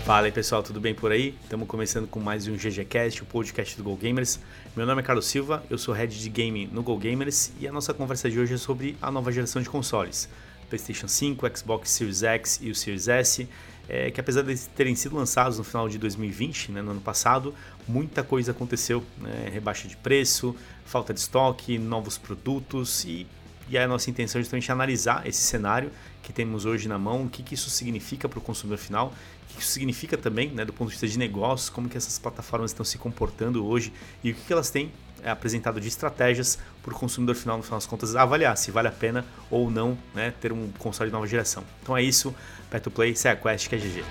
Fala aí pessoal, tudo bem por aí? Estamos começando com mais um GGCast, o podcast do GoGamers. Meu nome é Carlos Silva, eu sou Head de Game no GoGamers e a nossa conversa de hoje é sobre a nova geração de consoles. PlayStation 5, Xbox Series X e o Series S, que apesar de terem sido lançados no final de 2020, no ano passado, muita coisa aconteceu, rebaixa de preço, falta de estoque, novos produtos e a nossa intenção é justamente analisar esse cenário que temos hoje na mão, o que isso significa para o consumidor final, o que isso significa também do ponto de vista de negócios, como que essas plataformas estão se comportando hoje e o que elas têm apresentado de estratégias para o consumidor final, no final das contas, avaliar se vale a pena ou não ter um console de nova geração. Então é isso, Pay to Play, SeaQuest, que é GG.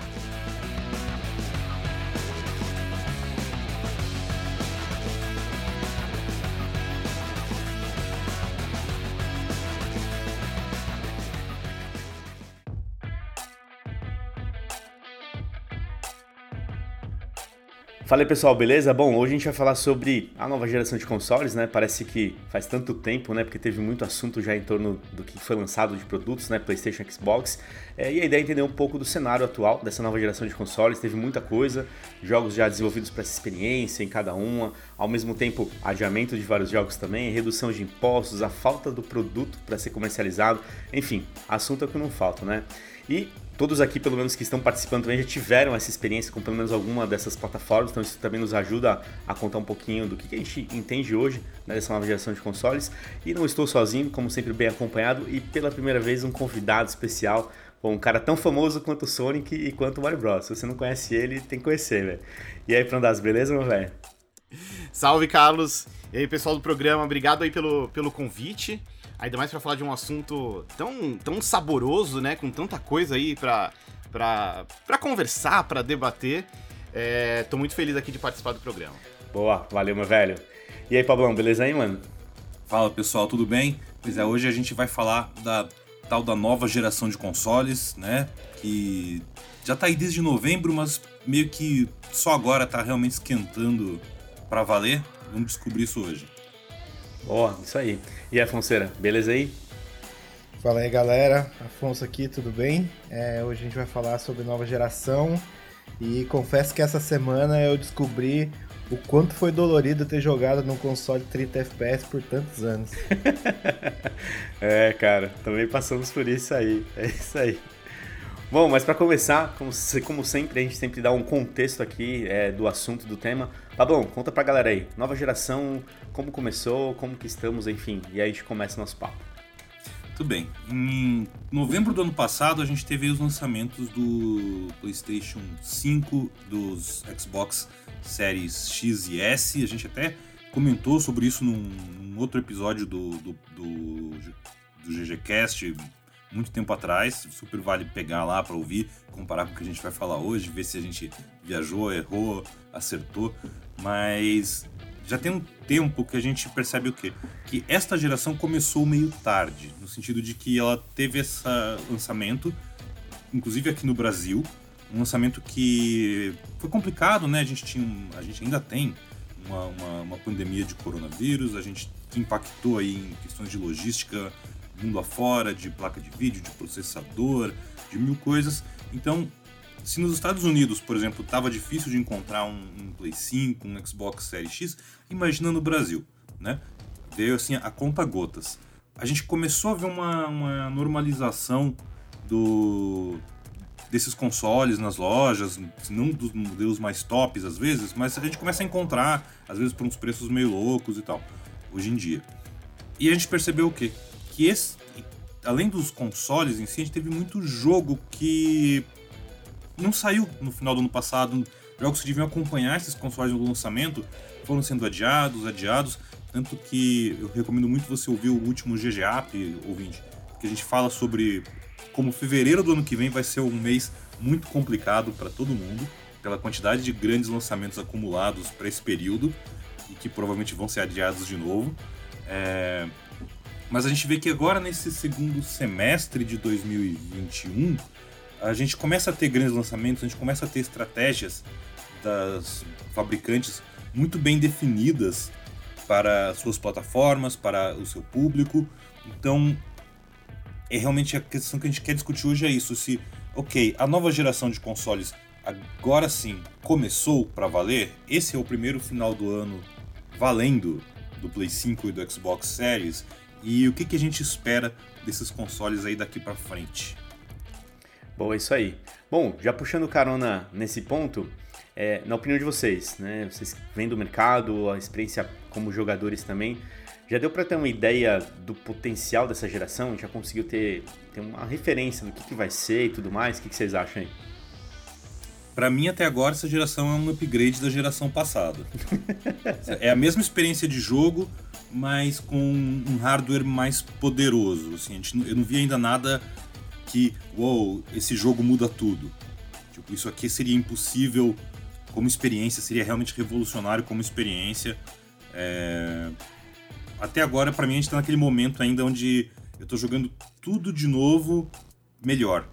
Fala aí pessoal, beleza? Bom, hoje a gente vai falar sobre a nova geração de consoles, Parece que faz tanto tempo, Porque teve muito assunto já em torno do que foi lançado de produtos, PlayStation, Xbox. E a ideia é entender um pouco do cenário atual dessa nova geração de consoles. Teve muita coisa, jogos já desenvolvidos para essa experiência em cada uma, ao mesmo tempo adiamento de vários jogos também, redução de impostos, a falta do produto para ser comercializado, enfim, assunto é que não falta, E todos aqui, pelo menos que estão participando também, já tiveram essa experiência com pelo menos alguma dessas plataformas, então isso também nos ajuda a contar um pouquinho do que a gente entende hoje dessa nova geração de consoles. E não estou sozinho, como sempre bem acompanhado, e pela primeira vez um convidado especial, um cara tão famoso quanto o Sonic e quanto o Mario Bros. Se você não conhece ele, tem que conhecer, velho. E aí, Prandas, beleza, meu velho? Salve, Carlos! E aí, pessoal do programa, obrigado aí pelo convite. Ainda mais pra falar de um assunto tão saboroso, com tanta coisa aí pra conversar, pra debater. Tô muito feliz aqui de participar do programa. Boa, valeu, meu velho. E aí, Pablão, beleza aí, mano? Fala, pessoal, tudo bem? Pois é, hoje a gente vai falar da tal da nova geração de consoles, que já tá aí desde novembro, mas meio que só agora tá realmente esquentando pra valer. Vamos descobrir isso hoje. Boa, isso aí. E aí, Afonseira, beleza aí? Fala aí, galera. Afonso aqui, tudo bem? Hoje a gente vai falar sobre nova geração e confesso que essa semana eu descobri o quanto foi dolorido ter jogado num console 30 FPS por tantos anos. Cara, também passamos por isso aí. É isso aí. Bom, mas para começar, como sempre, a gente sempre dá um contexto aqui do assunto, do tema. Pablão, conta pra galera aí, nova geração, como começou, como que estamos, enfim, e aí a gente começa o nosso papo. Tudo bem, em novembro do ano passado a gente teve os lançamentos do PlayStation 5, dos Xbox Series X e S, a gente até comentou sobre isso num outro episódio do GGCast, muito tempo atrás, super vale pegar lá para ouvir, comparar com o que a gente vai falar hoje, ver se a gente viajou, errou, acertou, mas já tem um tempo que a gente percebe o quê? Que esta geração começou meio tarde, no sentido de que ela teve esse lançamento, inclusive aqui no Brasil, um lançamento que foi complicado, a gente ainda tem uma pandemia de coronavírus, a gente impactou aí em questões de logística, mundo afora, de placa de vídeo, de processador, de mil coisas. Então, se nos Estados Unidos, por exemplo, estava difícil de encontrar um Play 5, um Xbox Series X, imagina no Brasil, Veio assim a conta gotas. A gente começou a ver uma normalização desses consoles nas lojas, não dos modelos mais tops às vezes, mas a gente começa a encontrar, às vezes por uns preços meio loucos e tal, hoje em dia. E a gente percebeu o quê? Que além dos consoles em si, a gente teve muito jogo que não saiu no final do ano passado. Jogos que deviam acompanhar esses consoles no lançamento foram sendo adiados, tanto que eu recomendo muito você ouvir o último GGAP, ouvinte, que a gente fala sobre como fevereiro do ano que vem vai ser um mês muito complicado para todo mundo, pela quantidade de grandes lançamentos acumulados para esse período e que provavelmente vão ser adiados de novo. Mas a gente vê que agora, nesse segundo semestre de 2021, a gente começa a ter grandes lançamentos, a gente começa a ter estratégias das fabricantes muito bem definidas para suas plataformas, para o seu público. Então, realmente a questão que a gente quer discutir hoje é isso. Se, ok, a nova geração de consoles agora sim, começou pra valer? Esse é o primeiro final do ano valendo do Play 5 e do Xbox Series? E o que a gente espera desses consoles aí daqui pra frente? Bom, é isso aí. Bom, já puxando carona nesse ponto, na opinião de vocês, né? Vocês vêm do mercado, a experiência como jogadores também, já deu para ter uma ideia do potencial dessa geração? Já conseguiu ter uma referência do que vai ser e tudo mais? O que vocês acham aí? Pra mim, até agora, essa geração é um upgrade da geração passada. É a mesma experiência de jogo, mas com um hardware mais poderoso. Assim, eu não vi ainda nada que, esse jogo muda tudo. Tipo, isso aqui seria impossível como experiência, seria realmente revolucionário como experiência. Até agora, pra mim, a gente tá naquele momento ainda onde eu tô jogando tudo de novo, melhor.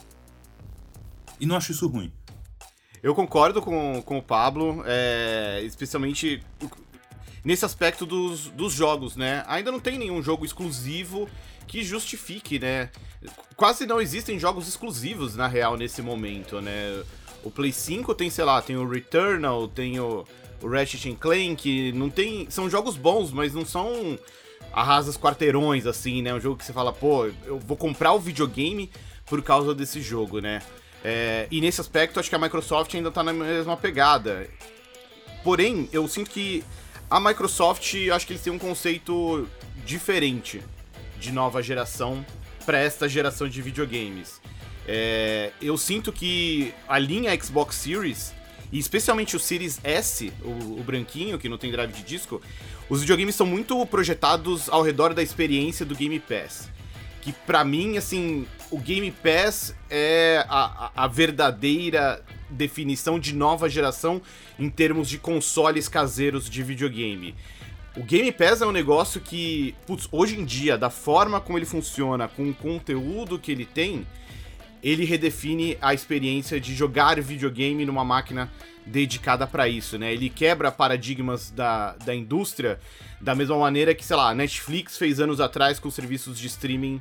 E não acho isso ruim. Eu concordo com o Pablo, especialmente nesse aspecto dos jogos, né? Ainda não tem nenhum jogo exclusivo que justifique, né? Quase não existem jogos exclusivos, na real, nesse momento, né? O Play 5 tem, sei lá, tem o Returnal, tem o Ratchet & Clank, não tem... São jogos bons, mas não são arrasas quarteirões, assim, né? Um jogo que você fala, pô, eu vou comprar o videogame por causa desse jogo, né? E nesse aspecto, acho que a Microsoft ainda tá na mesma pegada. Porém, eu sinto que a Microsoft, acho que eles têm um conceito diferente de nova geração para esta geração de videogames. Eu sinto que a linha Xbox Series, e especialmente o Series S, o branquinho, que não tem drive de disco, os videogames são muito projetados ao redor da experiência do Game Pass. Que pra mim, assim, o Game Pass é a verdadeira definição de nova geração em termos de consoles caseiros de videogame. O Game Pass é um negócio que, hoje em dia, da forma como ele funciona, com o conteúdo que ele tem, ele redefine a experiência de jogar videogame numa máquina dedicada pra isso, né? Ele quebra paradigmas da indústria da mesma maneira que, sei lá, a Netflix fez anos atrás com serviços de streaming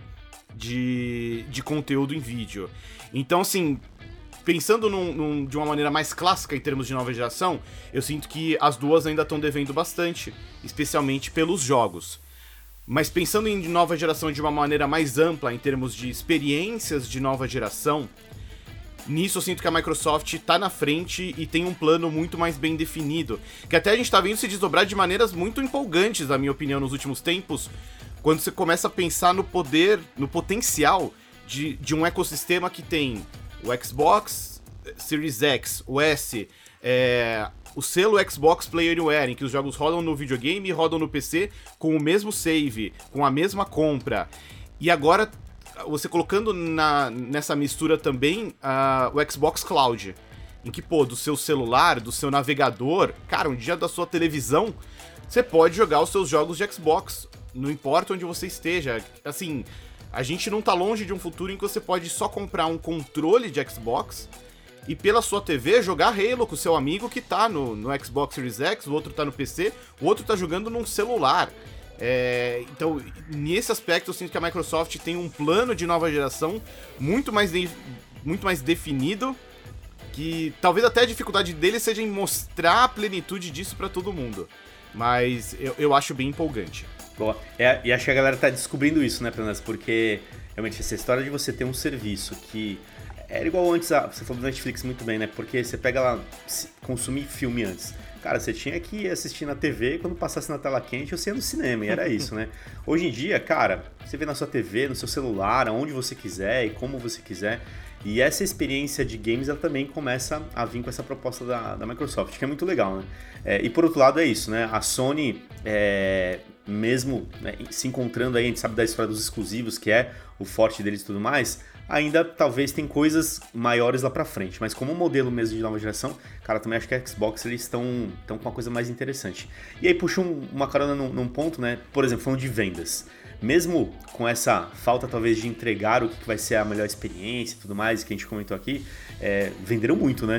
de conteúdo em vídeo. Então, assim, pensando de uma maneira mais clássica em termos de nova geração, eu sinto que as duas ainda estão devendo bastante, especialmente pelos jogos. Mas pensando em nova geração de uma maneira mais ampla, em termos de experiências de nova geração, nisso eu sinto que a Microsoft tá na frente e tem um plano muito mais bem definido, que até a gente tá vendo se desdobrar de maneiras muito empolgantes, na minha opinião, nos últimos tempos, quando você começa a pensar no poder, no potencial de um ecossistema que tem o Xbox Series X, o S, o selo Xbox Play Anywhere, em que os jogos rodam no videogame e rodam no PC com o mesmo save, com a mesma compra. E agora, você colocando nessa mistura também o Xbox Cloud, em que, do seu celular, do seu navegador, cara, um dia da sua televisão, você pode jogar os seus jogos de Xbox, não importa onde você esteja. Assim, a gente não tá longe de um futuro em que você pode só comprar um controle de Xbox e pela sua TV jogar Halo com o seu amigo que tá no Xbox Series X, o outro tá no PC, o outro tá jogando num celular. Então, nesse aspecto, eu sinto que a Microsoft tem um plano de nova geração muito mais definido, que talvez até a dificuldade dele seja em mostrar a plenitude disso pra todo mundo. Mas eu acho bem empolgante. Boa. E acho que a galera tá descobrindo isso, né, Planas? Porque, realmente, essa história de você ter um serviço que... Era igual antes, você falou do Netflix muito bem, né? Porque você pega lá, consumir filme antes. Cara, você tinha que assistir na TV, quando passasse na tela quente, você ia no cinema, e era isso, né? Hoje em dia, cara, você vê na sua TV, no seu celular, aonde você quiser e como você quiser. E essa experiência de games, ela também começa a vir com essa proposta da Microsoft, que é muito legal, né? E por outro lado é isso, né? A Sony, mesmo, né, se encontrando aí, a gente sabe da história dos exclusivos, que é o forte deles e tudo mais, ainda talvez tem coisas maiores lá pra frente, mas como modelo mesmo de nova geração, cara, também acho que a Xbox, eles estão com uma coisa mais interessante. E aí puxa uma carona num ponto, né, por exemplo, falando de vendas. Mesmo com essa falta talvez de entregar o que vai ser a melhor experiência e tudo mais, que a gente comentou aqui, venderam muito, né?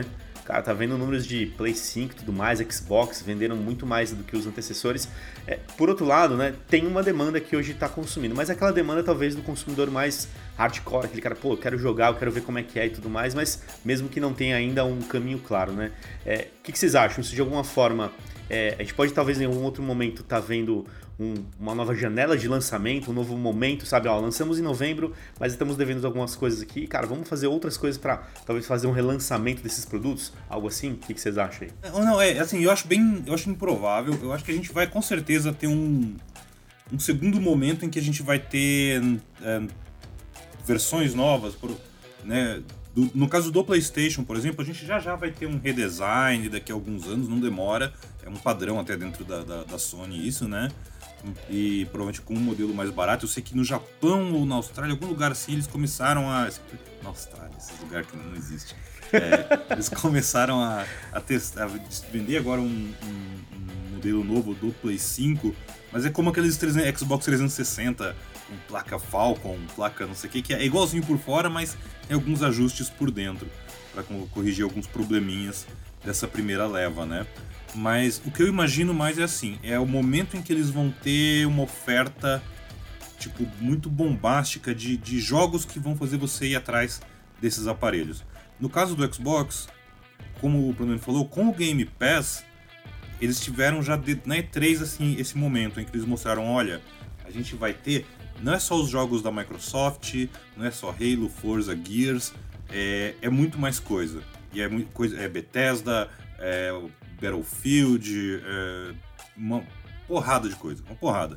Cara, tá vendo números de Play 5 e tudo mais, Xbox, venderam muito mais do que os antecessores. Por outro lado, né, tem uma demanda que hoje tá consumindo, mas aquela demanda talvez do consumidor mais hardcore, aquele cara, pô, eu quero jogar, eu quero ver como é que é e tudo mais, mas mesmo que não tenha ainda um caminho claro, né? O que vocês acham? Se de alguma forma a gente pode talvez em algum outro momento tá vendo uma nova janela de lançamento, um novo momento, sabe? Ó, lançamos em novembro, mas estamos devendo algumas coisas aqui. Cara, vamos fazer outras coisas para talvez fazer um relançamento desses produtos? Algo assim? O que vocês acham aí? Não, assim, eu acho improvável. Eu acho que a gente vai com certeza ter um segundo momento em que a gente vai ter versões novas, né? No caso do PlayStation, por exemplo, a gente já vai ter um redesign daqui a alguns anos, não demora. É um padrão até dentro da Sony isso, né? E provavelmente com um modelo mais barato. Eu sei que no Japão ou na Austrália, em algum lugar assim, eles começaram a... Na Austrália, esse lugar que não existe. Eles começaram a testar, a vender agora um modelo novo do Play 5, mas é como aqueles Xbox 360, com placa Falcon, placa não sei o que é igualzinho por fora, mas tem alguns ajustes por dentro, para corrigir alguns probleminhas dessa primeira leva, né? Mas o que eu imagino mais é assim, é o momento em que eles vão ter uma oferta tipo muito bombástica de jogos que vão fazer você ir atrás desses aparelhos. No caso do Xbox, como o Bruno falou, com o Game Pass, eles tiveram já na E3 assim, esse momento em que eles mostraram, olha, a gente vai ter, não é só os jogos da Microsoft, não é só Halo, Forza, Gears, é muito mais coisa. E é muito coisa, é Bethesda, Battlefield, uma porrada de coisa, uma porrada.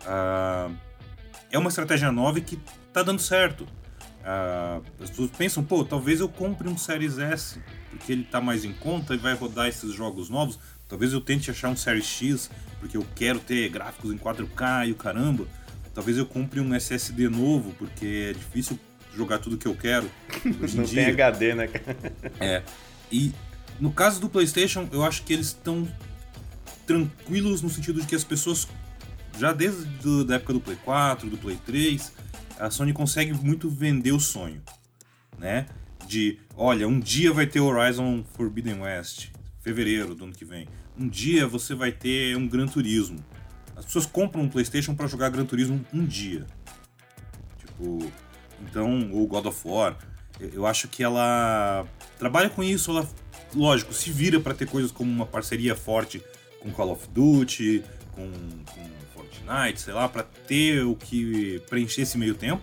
É uma estratégia nova e que tá dando certo. As pessoas pensam, pô, talvez eu compre um Series S, porque ele tá mais em conta e vai rodar esses jogos novos. Talvez eu tente achar um Series X, porque eu quero ter gráficos em 4K e o caramba. Talvez eu compre um SSD novo, porque é difícil jogar tudo que eu quero hoje em Não dia. tem HD, né, cara? E no caso do PlayStation, eu acho que eles estão tranquilos no sentido de que as pessoas, já desde a época do Play 4, do Play 3, a Sony consegue muito vender o sonho, né? De, olha, um dia vai ter Horizon Forbidden West, fevereiro do ano que vem. Um dia você vai ter um Gran Turismo. As pessoas compram um PlayStation para jogar Gran Turismo um dia. Tipo, então, ou God of War. Eu acho que ela trabalha com isso, ela, lógico, se vira para ter coisas como uma parceria forte com Call of Duty, com Fortnite, sei lá, para ter o que preencher esse meio tempo.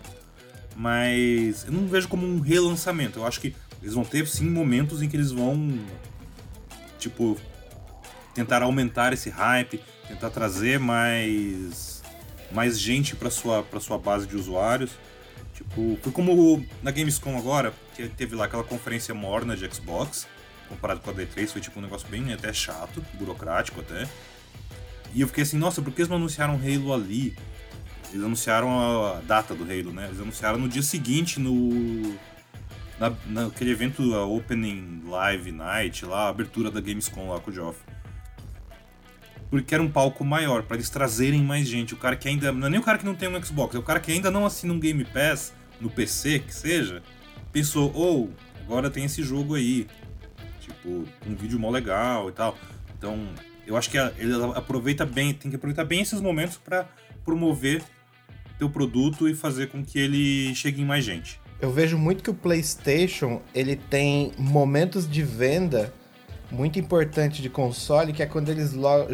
Mas eu não vejo como um relançamento. Eu acho que eles vão ter, sim, momentos em que eles vão, tipo, tentar aumentar esse hype, tentar trazer mais gente para sua base de usuários. Tipo, foi como na Gamescom agora, que teve lá aquela conferência morna de Xbox, comparado com a D3, foi tipo um negócio bem até chato, burocrático até. E eu fiquei assim, nossa, por que eles não anunciaram Halo ali? Eles anunciaram a data do Halo, né? Eles anunciaram no dia seguinte, naquele evento, a Opening Live Night, lá, a abertura da Gamescom lá com o Geoff. Porque era um palco maior, pra eles trazerem mais gente. O cara que ainda... Não é nem o cara que não tem um Xbox, é o cara que ainda não assina um Game Pass, no PC, que seja, pensou, agora tem esse jogo aí. Tipo, um vídeo mó legal e tal. Então, eu acho que ele aproveita bem, tem que aproveitar bem esses momentos pra promover teu produto e fazer com que ele chegue em mais gente. Eu vejo muito que o PlayStation, ele tem momentos de venda muito importante de console, que é quando eles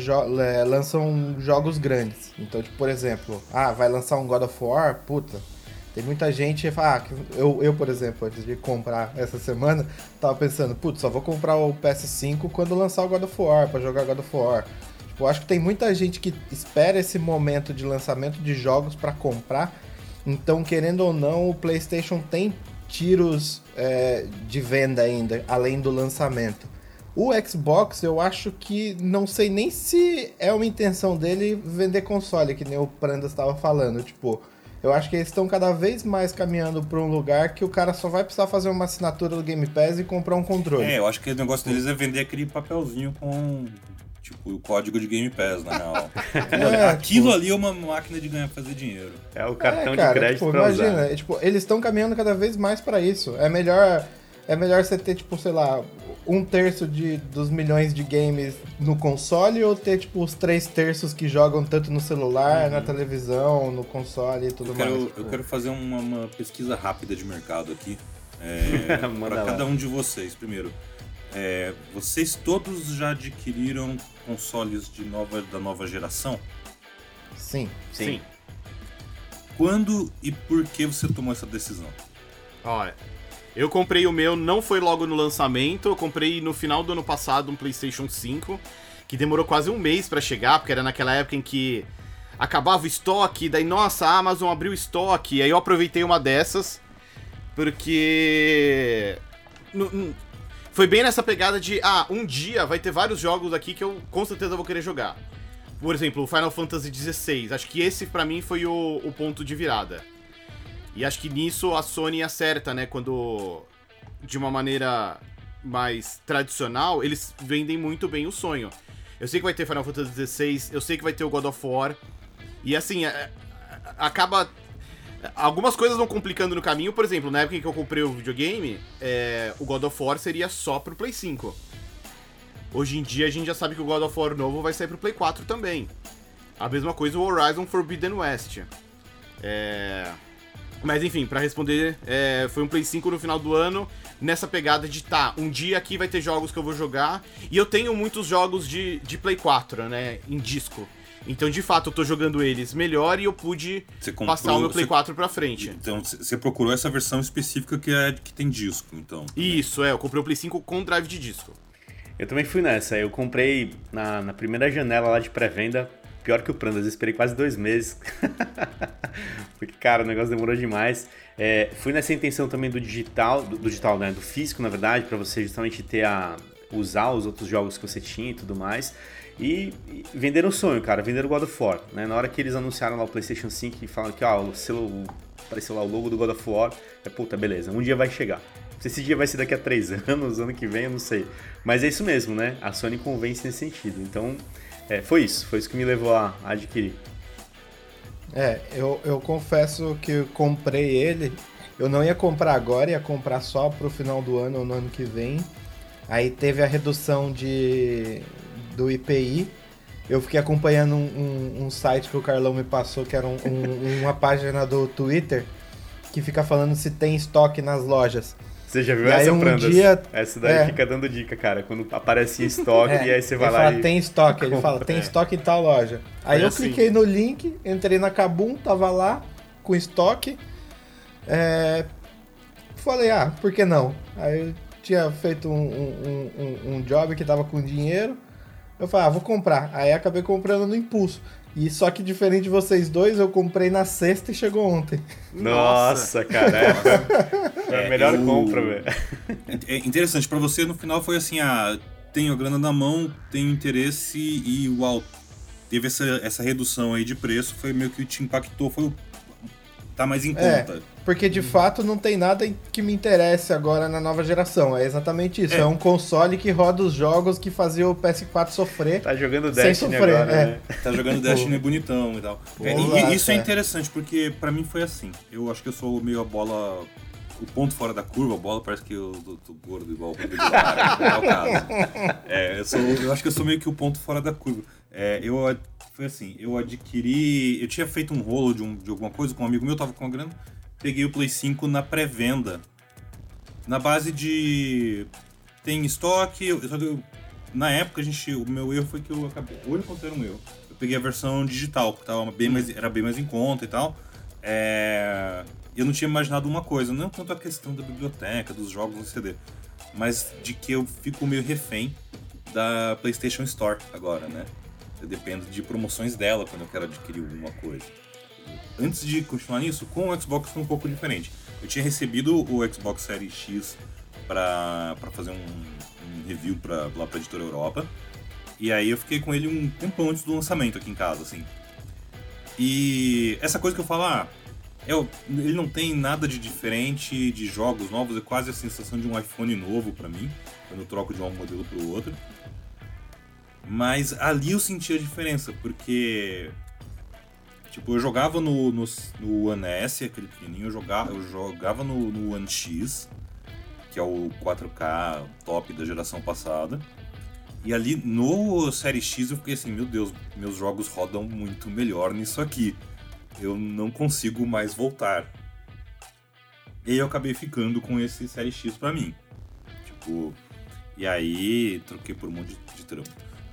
lançam jogos grandes. Então, tipo, por exemplo, vai lançar um God of War, puta, tem muita gente que fala, eu, por exemplo, antes de comprar essa semana, tava pensando, putz, só vou comprar o PS5 quando lançar o God of War, pra jogar God of War. Tipo, eu acho que tem muita gente que espera esse momento de lançamento de jogos pra comprar, então, querendo ou não, o PlayStation tem tiros de venda ainda, além do lançamento. O Xbox, eu acho que não sei nem se é uma intenção dele vender console, que nem o Prandas estava falando. Tipo, eu acho que eles estão cada vez mais caminhando para um lugar que o cara só vai precisar fazer uma assinatura do Game Pass e comprar um controle. Eu acho que o negócio deles é vender aquele papelzinho com, tipo, o código de Game Pass, na real. Aquilo ali é uma máquina de fazer dinheiro. É o cartão de crédito tipo, pra imagina, usar. Tipo, eles estão caminhando cada vez mais para isso. É melhor... é melhor você ter, tipo, sei lá, 1/3 dos milhões de games no console ou ter, tipo, os 3/3 que jogam tanto no celular, na televisão, no console e tudo mais? Eu quero fazer uma pesquisa rápida de mercado aqui. Para cada um de vocês. Primeiro, vocês todos já adquiriram consoles da nova geração? Sim. Quando e por que você tomou essa decisão? Olha, eu comprei o meu, não foi logo no lançamento, eu comprei no final do ano passado um PlayStation 5, que demorou quase um mês pra chegar, porque era naquela época em que acabava o estoque, daí, nossa, a Amazon abriu o estoque, e aí eu aproveitei uma dessas, porque foi bem nessa pegada de, um dia vai ter vários jogos aqui que eu com certeza vou querer jogar. Por exemplo, o Final Fantasy XVI, acho que esse pra mim foi o ponto de virada. E acho que nisso a Sony acerta, né, quando, de uma maneira mais tradicional, eles vendem muito bem o sonho. Eu sei que vai ter Final Fantasy XVI, eu sei que vai ter o God of War, e assim, acaba... Algumas coisas vão complicando no caminho, por exemplo, na época em que eu comprei o videogame, o God of War seria só pro Play 5. Hoje em dia a gente já sabe que o God of War novo vai sair pro Play 4 também. A mesma coisa o Horizon Forbidden West. Mas enfim, pra responder, foi um Play 5 no final do ano, nessa pegada de um dia aqui vai ter jogos que eu vou jogar, e eu tenho muitos jogos de Play 4, né, em disco. Então, de fato, eu tô jogando eles melhor e eu pude passar o meu Play 4 pra frente. Então, você procurou essa versão específica que tem disco, então. Isso, eu comprei o Play 5 com drive de disco. Eu também fui nessa, eu comprei na primeira janela lá de pré-venda, pior que o Prandas, eu esperei quase 2 meses, porque, cara, o negócio demorou demais. Fui nessa intenção também do digital, né, do físico, na verdade, pra você justamente usar os outros jogos que você tinha e tudo mais. E venderam o sonho, cara, venderam o God of War, né? Na hora que eles anunciaram lá o PlayStation 5 e falaram que apareceu lá o logo do God of War, puta, beleza, um dia vai chegar. Não sei se esse dia vai ser daqui a 3 anos, ano que vem, eu não sei. Mas é isso mesmo, né? A Sony convence nesse sentido. Então, foi isso que me levou a adquirir. Eu confesso que eu comprei ele, eu não ia comprar agora, ia comprar só pro final do ano ou no ano que vem. Aí teve a redução do IPI, eu fiquei acompanhando um site que o Carlão me passou, que era uma página do Twitter, que fica falando se tem estoque nas lojas. Você já viu essa, Prandas? Essa daí fica dando dica, cara, quando aparece em estoque, e aí você vai lá tem estoque, ele fala, tem estoque em tal loja. Aí eu cliquei no link, entrei na Kabum, tava lá, com estoque, falei, por que não? Aí eu tinha feito um job que tava com dinheiro, eu falei, vou comprar. Aí acabei comprando no impulso. E só que diferente de vocês dois, eu comprei na sexta e chegou ontem. Nossa, cara. É a melhor compra, velho. É interessante, pra você no final foi assim, tenho a grana na mão, tenho interesse e uau, teve essa redução aí de preço, foi meio que te impactou, tá mais em conta. Porque de fato não tem nada que me interesse agora na nova geração. É exatamente isso. É um console que roda os jogos que fazia o PS4 sofrer. Tá jogando Destiny agora, né? Tá jogando Destiny bonitão e tal. Isso é interessante, porque pra mim foi assim. Eu acho que eu sou meio a bola... O ponto fora da curva, a bola parece que eu tô gordo igual o Rodrigo Lara, não é o caso. Eu acho que eu sou meio que o ponto fora da curva. Foi assim, eu adquiri... Eu tinha feito um rolo de alguma coisa com um amigo meu, tava com a grana. Peguei o Play 5 na pré-venda. Na base de... Tem estoque... Só que na época, o meu erro foi que eu acabei... Hoje eu considero um erro. Eu peguei a versão digital, que era bem mais em conta e tal. Eu não tinha imaginado uma coisa. Não tanto a questão da biblioteca, dos jogos no CD. Mas de que eu fico meio refém da PlayStation Store agora, né? Eu dependo de promoções dela quando eu quero adquirir alguma coisa. Antes de continuar nisso, com o Xbox foi um pouco diferente. Eu tinha recebido o Xbox Series X pra fazer um review lá pra Editora Europa. E aí eu fiquei com ele um tempão antes do lançamento aqui em casa, assim. E essa coisa que eu falo, ele não tem nada de diferente de jogos novos, é quase a sensação de um iPhone novo pra mim, quando eu troco de um modelo pro outro. Mas ali eu senti a diferença, porque... Tipo, eu jogava no One S, aquele pequenininho, eu jogava no One X, que é o 4K top da geração passada. E ali no Série X eu fiquei assim, meu Deus, meus jogos rodam muito melhor nisso aqui. Eu não consigo mais voltar. E aí eu acabei ficando com esse Série X pra mim. Tipo, e aí troquei por um monte de trampo.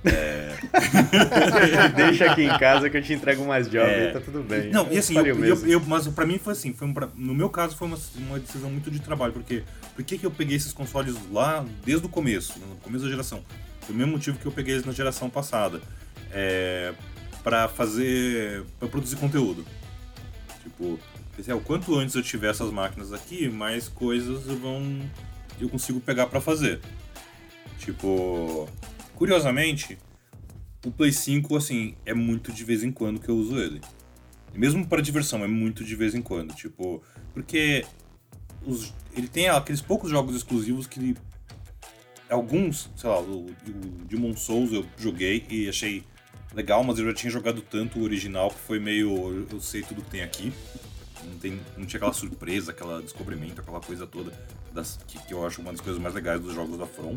Deixa aqui em casa que eu te entrego mais jogos e tá tudo bem. Não, e assim, mas pra mim foi assim, no meu caso foi uma decisão muito de trabalho, porque por que eu peguei esses consoles lá desde o começo, no começo da geração? Foi o mesmo motivo que eu peguei eles na geração passada. Pra produzir conteúdo. Tipo, o quanto antes eu tiver essas máquinas aqui, mais coisas eu consigo pegar pra fazer. Tipo, curiosamente, o Play 5, assim, é muito de vez em quando que eu uso ele. E mesmo para diversão, é muito de vez em quando. Tipo, porque ele tem aqueles poucos jogos exclusivos que... Alguns, sei lá, o Demon's Souls eu joguei e achei legal, mas eu já tinha jogado tanto o original que foi meio... Eu sei tudo que tem aqui. Não tinha aquela surpresa, aquele descobrimento, aquela coisa toda que eu acho uma das coisas mais legais dos jogos da From.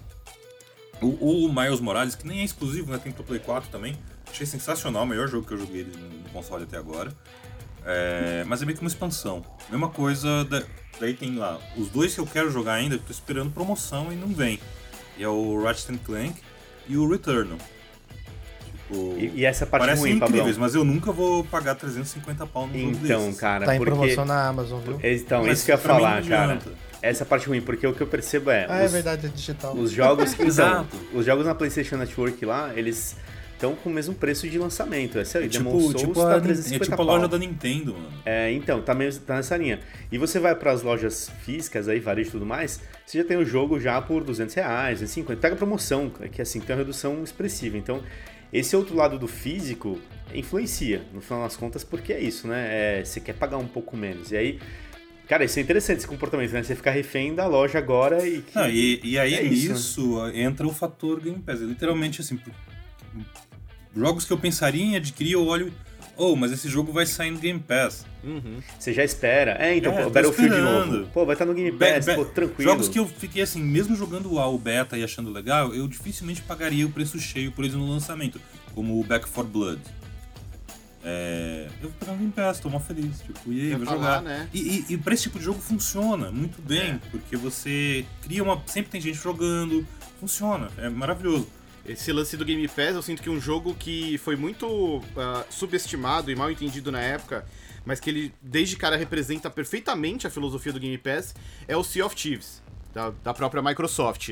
O Miles Morales, que nem é exclusivo, né? Tem pro Play 4 também. Achei sensacional, o melhor jogo que eu joguei no console até agora. Mas é meio que uma expansão. Mesma coisa, daí tem lá os dois que eu quero jogar ainda, tô esperando promoção e não vem. E é o Ratchet & Clank e o Returnal. Tipo, e essa parte parecem ruim, incríveis, Pablão. Mas eu nunca vou pagar 350 pau no jogo Então, desses. cara, Tá em porque... promoção na Amazon, viu? Então, Mas isso que eu ia pra mim falar, não cara. adianta. Essa parte ruim, porque o que eu percebo é... É verdade, é digital. Os jogos... Exato. Então, os jogos na PlayStation Network lá, eles estão com o mesmo preço de lançamento. Esse aí, Demon's Souls tá 350 tipo a loja da Nintendo, mano. Então, tá nessa linha. E você vai pras lojas físicas aí, varejo e tudo mais, você já tem o jogo já por R$200, 250. Pega promoção, que assim, tem uma redução expressiva. Então, esse outro lado do físico influencia, no final das contas, porque é isso, né? Você quer pagar um pouco menos. E aí... Cara, isso é interessante, esse comportamento, né? Você ficar refém da loja agora e... E aí isso, nisso entra o fator Game Pass. Literalmente, assim, jogos que eu pensaria em adquirir, eu olho... mas esse jogo vai sair no Game Pass. Uhum. Você já espera. Então, tô Battlefield de esperando. novo. Pô, vai estar no Game Pass, tranquilo. Jogos que eu fiquei assim, mesmo jogando o beta e achando legal, eu dificilmente pagaria o preço cheio por eles no lançamento. Como o Back 4 Blood. Eu vou pegar no Game Pass, tô mó feliz. Tipo, e aí, vou jogar. Né? E pra esse tipo de jogo funciona muito bem, porque você cria sempre tem gente jogando, funciona, é maravilhoso. Esse lance do Game Pass, eu sinto que um jogo que foi muito subestimado e mal entendido na época, mas que ele, desde cara, representa perfeitamente a filosofia do Game Pass, é o Sea of Thieves, da própria Microsoft.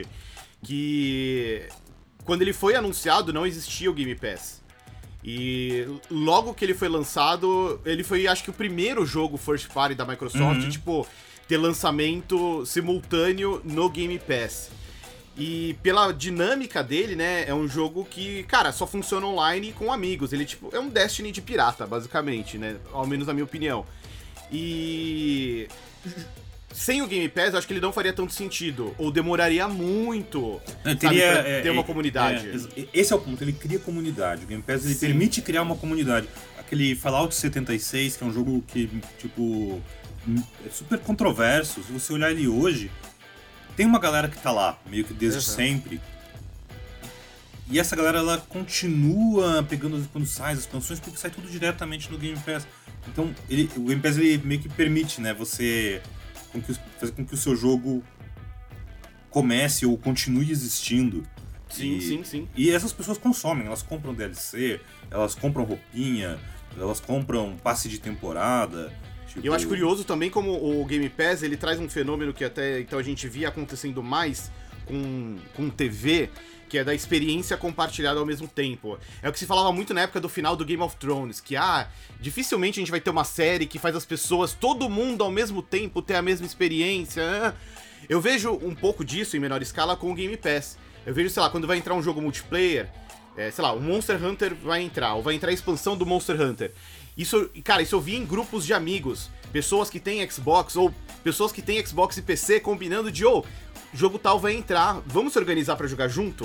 Que, quando ele foi anunciado, não existia o Game Pass. E logo que ele foi lançado, ele foi, acho que, o primeiro jogo first party da Microsoft, tipo, ter lançamento simultâneo no Game Pass. E pela dinâmica dele, né, é um jogo que, cara, só funciona online com amigos. Ele, tipo, é um Destiny de pirata, basicamente, né, ao menos na minha opinião. E... sem o Game Pass, eu acho que ele não faria tanto sentido. Ou demoraria muito, pra ter uma comunidade. Esse é o ponto, ele cria comunidade. O Game Pass, ele permite criar uma comunidade. Aquele Fallout 76, que é um jogo que, tipo, é super controverso. Se você olhar ele hoje, tem uma galera que tá lá, meio que desde sempre. E essa galera, ela continua pegando quando sai as expansões, porque sai tudo diretamente no Game Pass. Então, o Game Pass, ele meio que permite, né, você... fazer com que o seu jogo comece ou continue existindo. Sim. E essas pessoas consomem, elas compram DLC, elas compram roupinha, elas compram passe de temporada. E eu acho curioso também como o Game Pass, ele traz um fenômeno que até então a gente via acontecendo mais com TV, que é da experiência compartilhada ao mesmo tempo. É o que se falava muito na época do final do Game of Thrones, que, dificilmente a gente vai ter uma série que faz as pessoas, todo mundo ao mesmo tempo, ter a mesma experiência. Eu vejo um pouco disso em menor escala com o Game Pass. Eu vejo, sei lá, quando vai entrar um jogo multiplayer, sei lá, o Monster Hunter vai entrar, ou vai entrar a expansão do Monster Hunter. Isso eu vi em grupos de amigos, pessoas que têm Xbox, ou pessoas que têm Xbox e PC combinando de, jogo tal vai entrar, vamos se organizar pra jogar junto?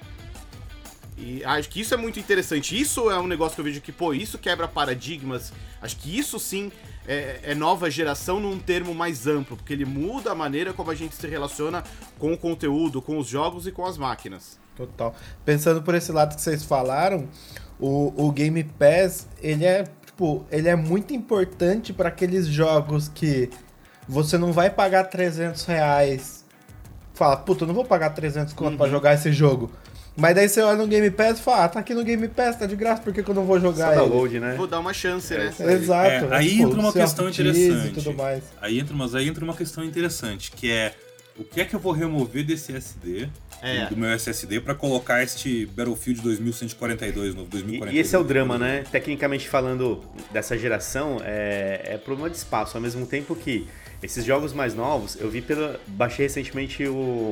E acho que isso é muito interessante. Isso é um negócio que eu vejo que, isso quebra paradigmas. Acho que isso sim é nova geração num termo mais amplo, porque ele muda a maneira como a gente se relaciona com o conteúdo, com os jogos e com as máquinas. Total. Pensando por esse lado que vocês falaram, o Game Pass, ele é muito importante para aqueles jogos que você não vai pagar R$300. Fala, puta, eu não vou pagar 300 conto pra jogar esse jogo. Mas daí você olha no Game Pass e fala, tá aqui no Game Pass, tá de graça, por que eu não vou jogar Só ele? download, né? Vou dar uma chance, né? Exato. Aí entra uma questão interessante. E tudo mais. Aí entra uma questão interessante, que é o que é que eu vou remover desse SD, do meu SSD, pra colocar este Battlefield 2142 no 2042. E esse é o drama, né? Tecnicamente falando dessa geração, é problema de espaço, ao mesmo tempo que esses jogos mais novos, baixei recentemente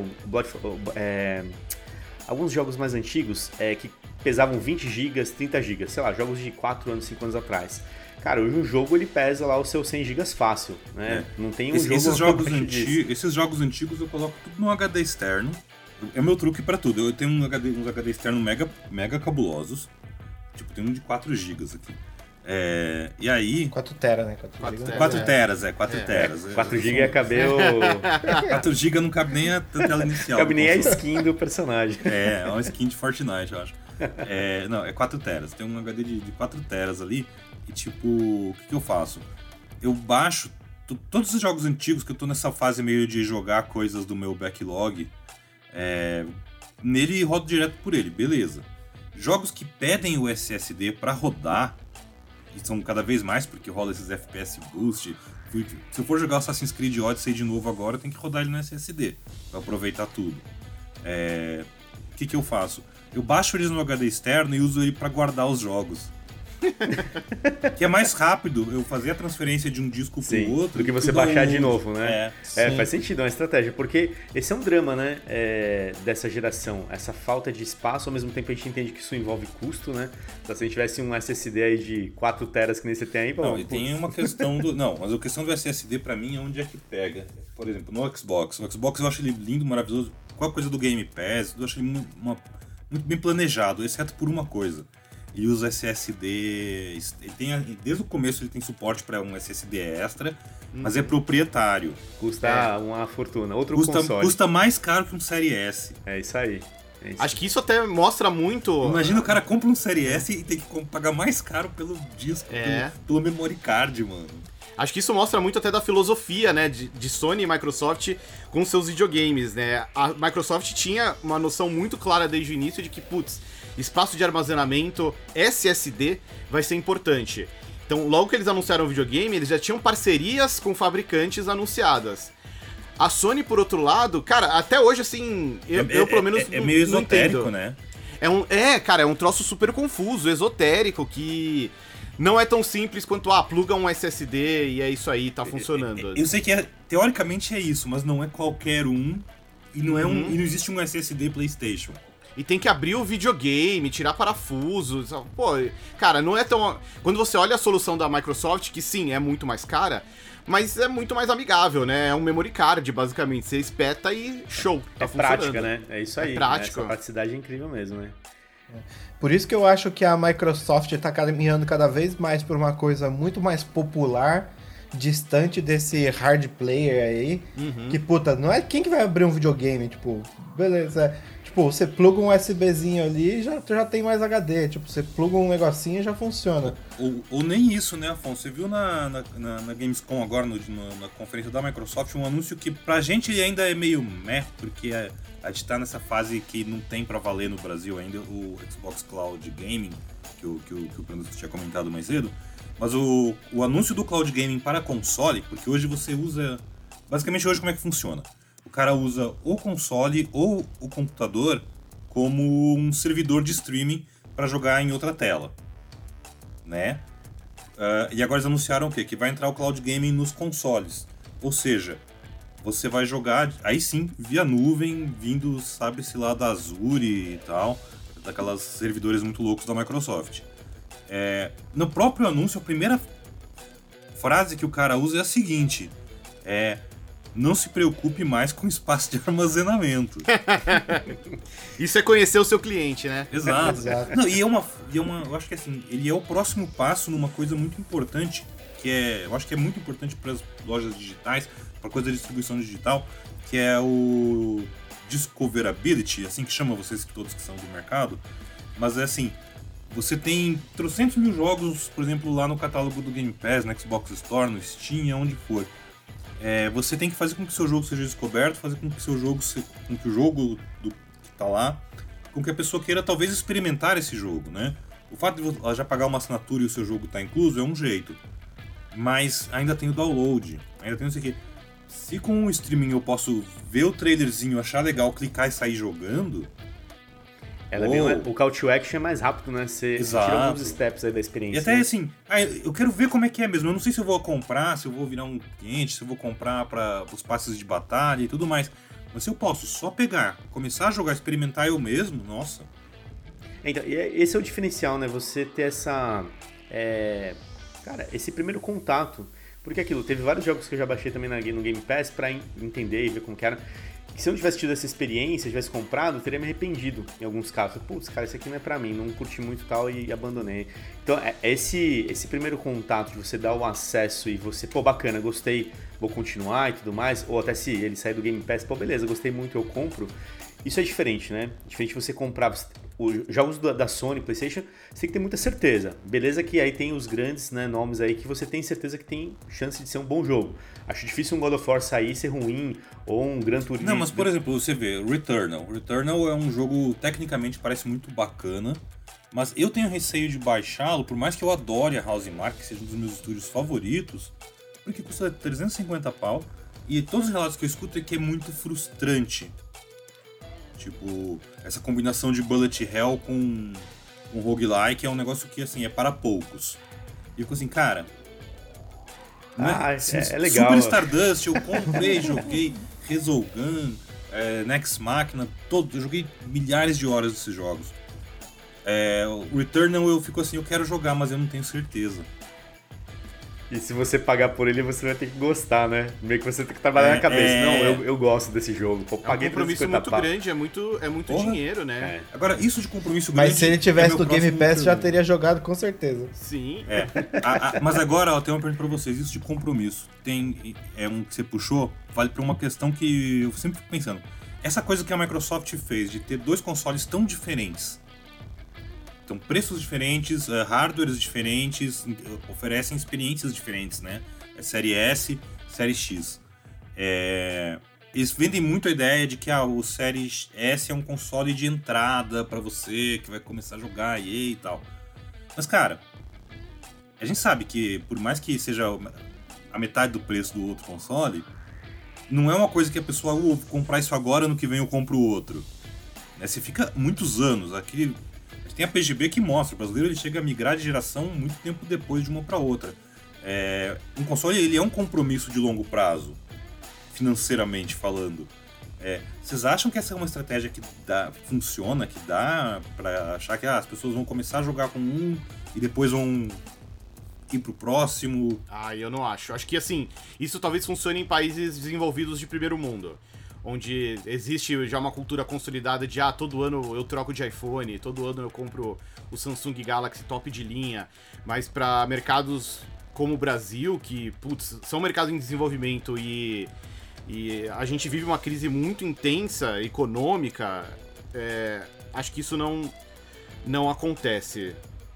alguns jogos mais antigos que pesavam 20 GB, 30 GB, sei lá, jogos de 4 anos, 5 anos atrás. Cara, hoje um jogo ele pesa lá os seus 100 GB fácil, né? Não tem jogo... Esses jogos antigos eu coloco tudo no HD externo. É o meu truque pra tudo. Eu tenho uns HD externos mega cabulosos. Tipo, tem um de 4 GB aqui. E aí... 4 tera, né? 4 teras. 4 GB ia caber o... 4 GB não cabe nem a tela inicial. Cabe nem a skin do personagem. É uma skin de Fortnite, eu acho. Não, é 4 teras. Tem um HD de 4 teras ali. E tipo, o que eu faço? Eu baixo todos os jogos antigos que eu tô nessa fase meio de jogar coisas do meu backlog. Nele rodo direto por ele, beleza. Jogos que pedem o SSD pra rodar, e são cada vez mais porque rola esses FPS boost. Se eu for jogar Assassin's Creed Odyssey de novo agora, eu tenho que rodar ele no SSD pra aproveitar tudo. O que eu faço? Eu baixo eles no HD externo e uso ele pra guardar os jogos. Que é mais rápido eu fazer a transferência de um disco pro outro do que você baixar de novo, né? Faz sentido, é uma estratégia, porque esse é um drama, né? Dessa geração, essa falta de espaço, ao mesmo tempo a gente entende que isso envolve custo, né? Então, se a gente tivesse um SSD aí de 4 teras que nem você tem aí, não, e tem uma questão do... Não, mas a questão do SSD pra mim é onde é que pega. Por exemplo, no Xbox. O Xbox eu acho ele lindo, maravilhoso. Qual a coisa do Game Pass, eu acho ele muito bem planejado, exceto por uma coisa. Ele usa SSD, desde o começo ele tem suporte para um SSD extra, mas é proprietário. Custa uma fortuna. Console. Custa mais caro que um Série S. É isso aí. Acho que isso até mostra muito... Imagina o cara compra um Série S e tem que pagar mais caro pelo disco, pelo memory card, mano. Acho que isso mostra muito até da filosofia, né, de Sony e Microsoft com seus videogames, né? A Microsoft tinha uma noção muito clara desde o início de que, espaço de armazenamento, SSD, vai ser importante. Então, logo que eles anunciaram o videogame, eles já tinham parcerias com fabricantes anunciadas. A Sony, por outro lado, cara, até hoje, assim, eu pelo menos é meio esotérico, né? Cara, é um troço super confuso, esotérico, que não é tão simples quanto, pluga um SSD e é isso aí, tá funcionando. Eu sei que teoricamente é isso, mas não é qualquer um, e não, e não existe um SSD PlayStation. E tem que abrir o videogame, tirar parafusos. Pô, cara, não é tão... Quando você olha a solução da Microsoft, que sim, é muito mais cara, mas é muito mais amigável, né? É um memory card, basicamente. Você espeta e show, tá funcionando. Prática, né? É isso aí. É prático. Essa praticidade é incrível mesmo, né? Por isso que eu acho que a Microsoft tá caminhando cada vez mais por uma coisa muito mais popular, distante desse hard player aí, que, não é quem que vai abrir um videogame, tipo, beleza, você pluga um USBzinho ali e já tem mais HD, você pluga um negocinho e já funciona. Ou nem isso, né, Afonso? Você viu na Gamescom agora, na conferência da Microsoft, um anúncio que pra gente ainda é meio porque a gente tá nessa fase que não tem pra valer no Brasil ainda o Xbox Cloud Gaming, que o Fernando tinha comentado mais cedo. Mas o anúncio do Cloud Gaming para console, porque hoje você usa... Basicamente hoje como é que funciona? O cara usa o console ou o computador como um servidor de streaming para jogar em outra tela, né? E agora eles anunciaram o quê? Que vai entrar o Cloud Gaming nos consoles. Ou seja, você vai jogar, aí sim, via nuvem, vindo, sabe-se lá, da Azure e tal, daquelas servidores muito loucos da Microsoft. No próprio anúncio, a primeira frase que o cara usa é a seguinte: não se preocupe mais com espaço de armazenamento. Isso é conhecer o seu cliente, né? Exato. Não, eu acho que assim, ele é o próximo passo numa coisa muito importante, eu acho que é muito importante para as lojas digitais, para coisa de distribuição digital, que é o Discoverability, assim que chama vocês todos que são do mercado, mas é assim, você tem 300.000 jogos, por exemplo, lá no catálogo do Game Pass, no Xbox Store, no Steam, onde for. Você tem que fazer com que o seu jogo seja descoberto, fazer com que o jogo que tá lá, com que a pessoa queira talvez experimentar esse jogo, né? O fato de ela já pagar uma assinatura e o seu jogo tá incluso é um jeito, mas ainda tem o download, ainda tem não sei o quê. Se com o streaming eu posso ver o trailerzinho, achar legal, clicar e sair jogando... O call to action é mais rápido, né? Você tira alguns steps aí da experiência. E até assim, eu quero ver como é que é mesmo. Eu não sei se eu vou comprar, se eu vou virar um cliente, se eu vou comprar para os passes de batalha e tudo mais. Mas se eu posso só pegar, começar a jogar, experimentar eu mesmo, nossa. Então, esse é o diferencial, né? Você ter essa... cara, esse primeiro contato. Porque aquilo, teve vários jogos que eu já baixei também no Game Pass pra entender e ver como que era. E se eu não tivesse tido essa experiência, tivesse comprado, eu teria me arrependido em alguns casos. Putz, cara, isso aqui não é pra mim, não curti muito tal e abandonei. Então, esse primeiro contato de você dar o acesso e você, pô, bacana, gostei, vou continuar e tudo mais, ou até se ele sair do Game Pass, pô, beleza, gostei muito, eu compro. Isso é diferente, né? Diferente de você comprar os jogos da Sony, PlayStation, você tem que ter muita certeza. Beleza que aí tem os grandes, né, nomes aí que você tem certeza que tem chance de ser um bom jogo. Acho difícil um God of War sair e ser ruim, ou um Gran Turismo... Não, mas por exemplo, você vê, Returnal. Returnal é um jogo, tecnicamente, parece muito bacana, mas eu tenho receio de baixá-lo, por mais que eu adore a Housemarque, que seja um dos meus estúdios favoritos, porque custa 350 pau, e todos os relatos que eu escuto é que é muito frustrante. Tipo, essa combinação de bullet hell com um roguelike é um negócio que, assim, é para poucos. E eu fico assim, cara... é legal. Super Stardust, eu comprei, joguei Resogun, Nex Machina, eu joguei milhares de horas desses jogos. O Returnal eu fico assim, eu quero jogar, mas eu não tenho certeza. E se você pagar por ele, você vai ter que gostar, né? Meio que você tem que trabalhar na cabeça. Não, eu gosto desse jogo. Pô, paguei um compromisso muito grande, é muito dinheiro, né? Agora, isso de compromisso grande... Mas se ele tivesse no Game Pass, já teria jogado com certeza. Sim. Mas agora, eu tenho uma pergunta pra vocês. Isso de compromisso, um que você puxou, vale pra uma questão que eu sempre fico pensando. Essa coisa que a Microsoft fez, de ter dois consoles tão diferentes... Então, preços diferentes, hardwares diferentes, oferecem experiências diferentes, né? Série S, Série X. Eles vendem muito a ideia de que o Série S é um console de entrada pra você, que vai começar a jogar e tal. Mas, cara, a gente sabe que, por mais que seja a metade do preço do outro console, não é uma coisa que a pessoa, vou comprar isso agora, ano que vem eu compro o outro. Você fica muitos anos. Aqui tem a PGB que mostra, o brasileiro ele chega a migrar de geração muito tempo depois de uma para outra. Um console ele é um compromisso de longo prazo, financeiramente falando. Vocês acham que essa é uma estratégia que funciona, que dá para achar que as pessoas vão começar a jogar com um e depois vão ir pro próximo? Eu não acho. Acho que assim, isso talvez funcione em países desenvolvidos de primeiro mundo, onde existe já uma cultura consolidada de todo ano eu troco de iPhone, todo ano eu compro o Samsung Galaxy top de linha, mas para mercados como o Brasil, que, são mercados em desenvolvimento e a gente vive uma crise muito intensa, econômica, acho que isso não acontece.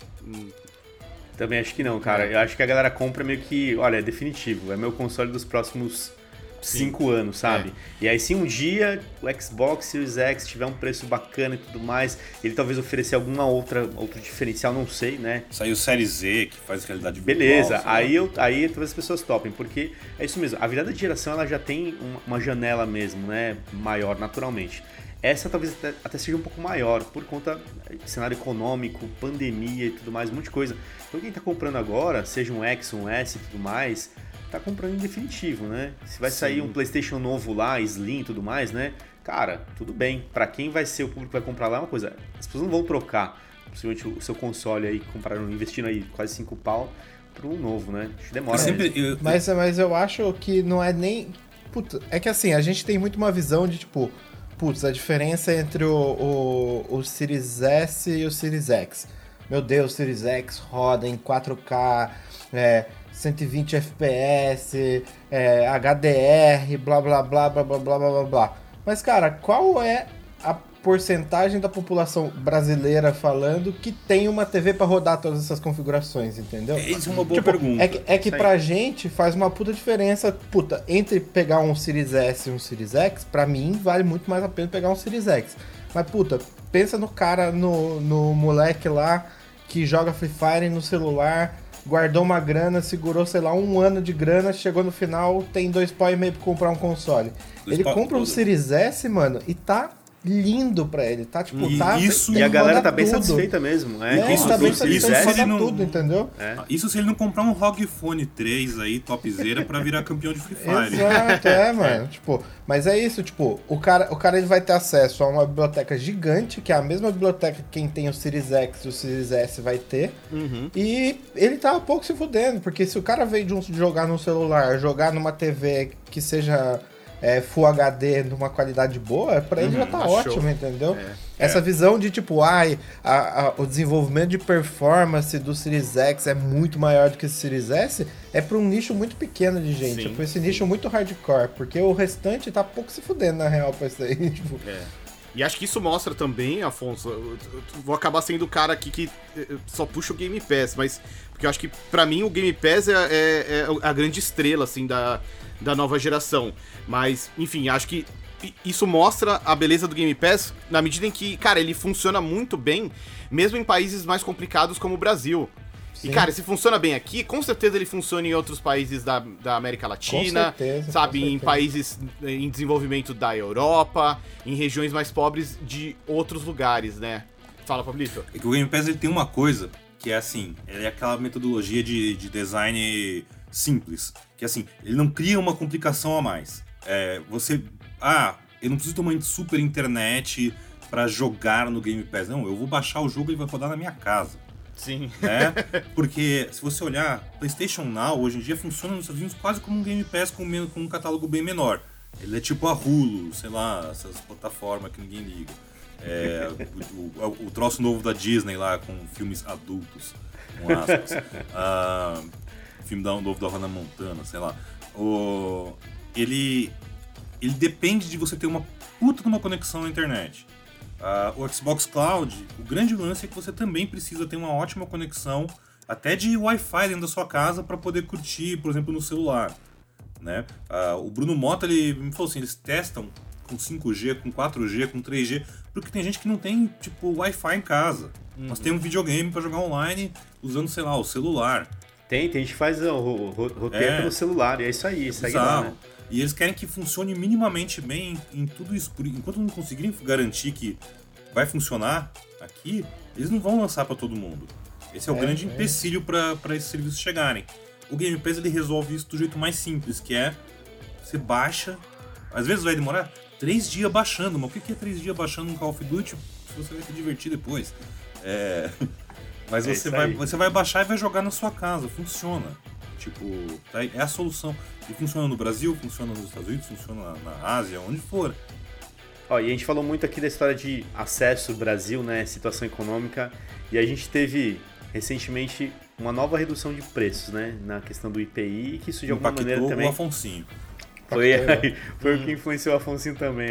Também acho que não, cara. Eu acho que a galera compra meio que, olha, é definitivo, é meu console dos próximos 5 anos, sabe? E aí se um dia o Xbox Series X tiver um preço bacana e tudo mais, ele talvez oferecer alguma outro diferencial, não sei, né? Saiu o Série Z, que faz realidade virtual. Beleza, aí talvez as pessoas topem, porque é isso mesmo, a virada de geração ela já tem uma janela mesmo, né? Maior, naturalmente. Essa talvez até seja um pouco maior, por conta do cenário econômico, pandemia e tudo mais, um monte de coisa. Então quem tá comprando agora, seja um X, um S e tudo mais, tá comprando em definitivo, né? Se vai sair um PlayStation novo lá, Slim e tudo mais, né? Cara, tudo bem. Pra quem vai ser o público que vai comprar lá é uma coisa. As pessoas não vão trocar, possivelmente, o seu console aí, investindo aí quase 5 pau pra um novo, né? Acho que demora. Mas eu acho que não é nem... é que assim, a gente tem muito uma visão de tipo... a diferença entre o Series S e o Series X. Meu Deus, o Series X roda em 4K... 120 FPS, HDR, blá blá blá blá blá blá blá blá blá. Mas, cara, qual é a porcentagem da população brasileira falando que tem uma TV pra rodar todas essas configurações, entendeu? Isso é uma boa pergunta. É que pra gente faz uma puta diferença, entre pegar um Series S e um Series X, pra mim vale muito mais a pena pegar um Series X. Mas, pensa no cara, no moleque lá que joga Free Fire no celular, guardou uma grana, segurou, sei lá, 1 ano de grana, chegou no final, tem 2,5 pau pra comprar um console. Ele compra um Series S, mano, e tá lindo pra ele, tá? Tipo, e a galera tá bem satisfeita mesmo. Isso tá bem satisfeita, tudo, entendeu? Isso se ele não comprar um ROG Phone 3 aí, topzera, pra virar campeão de Free Fire. Exato, mano. Tipo, mas é isso, tipo, o cara ele vai ter acesso a uma biblioteca gigante, que é a mesma biblioteca que quem tem o Series X e o Series S vai ter. E ele tá um pouco se fudendo, porque se o cara veio de jogar no celular, jogar numa TV que seja Full HD numa qualidade boa, pra ele já tá ótimo, entendeu? Essa visão de tipo, o desenvolvimento de performance do Series X é muito maior do que o Series S, é pra um nicho muito pequeno de gente, é pra esse nicho muito hardcore, porque o restante tá pouco se fudendo na real pra isso aí, tipo... E acho que isso mostra também, Afonso, eu vou acabar sendo o cara aqui que só puxa o Game Pass, mas porque eu acho que pra mim o Game Pass é a grande estrela, assim, da nova geração. Mas, enfim, acho que isso mostra a beleza do Game Pass na medida em que, cara, ele funciona muito bem, mesmo em países mais complicados como o Brasil. Sim. E, cara, se funciona bem aqui, com certeza ele funciona em outros países da América Latina, com certeza, sabe, em países em desenvolvimento da Europa, em regiões mais pobres de outros lugares, né? Fala, Pablito. É que o Game Pass ele tem uma coisa que é assim, ele é aquela metodologia de design simples, que assim, ele não cria uma complicação a mais. Eu não preciso de uma super internet pra jogar no Game Pass. Não, eu vou baixar o jogo e ele vai rodar na minha casa. Sim. Né? Porque, se você olhar, PlayStation Now hoje em dia funciona nos Estados Unidos quase como um Game Pass com um catálogo bem menor. Ele é tipo a Hulu, sei lá, essas plataformas que ninguém liga. O troço novo da Disney lá, com filmes adultos, com aspas. Filme novo da Hannah Montana, sei lá. Ele depende de você ter uma puta de uma conexão à internet. O Xbox Cloud, o grande lance é que você também precisa ter uma ótima conexão, até de Wi-Fi dentro da sua casa, para poder curtir, por exemplo, no celular. Né? O Bruno Mota, ele me falou assim, eles testam com 5G, com 4G, com 3G, porque tem gente que não tem, tipo, Wi-Fi em casa. Nós temos um videogame para jogar online usando, sei lá, o celular. Tem gente que faz o roteiro pelo celular, e é isso aí, segue lá, né? E eles querem que funcione minimamente bem em tudo isso. Enquanto não conseguirem garantir que vai funcionar aqui, eles não vão lançar para todo mundo. Esse é o grande empecilho para esses serviços chegarem. O Game Pass ele resolve isso do jeito mais simples, que é você baixa, às vezes vai demorar 3 dias baixando, mas o que é 3 dias baixando um Call of Duty se você vai se divertir depois? Mas você vai baixar e vai jogar na sua casa, funciona. Tipo, é a solução. E funciona no Brasil, funciona nos Estados Unidos, funciona na Ásia, onde for. E a gente falou muito aqui da história de acesso Brasil, né, situação econômica, e a gente teve recentemente uma nova redução de preços, né, na questão do IPI, que isso de alguma maneira também... o Afonsinho. Foi o que influenciou o Afonsinho também.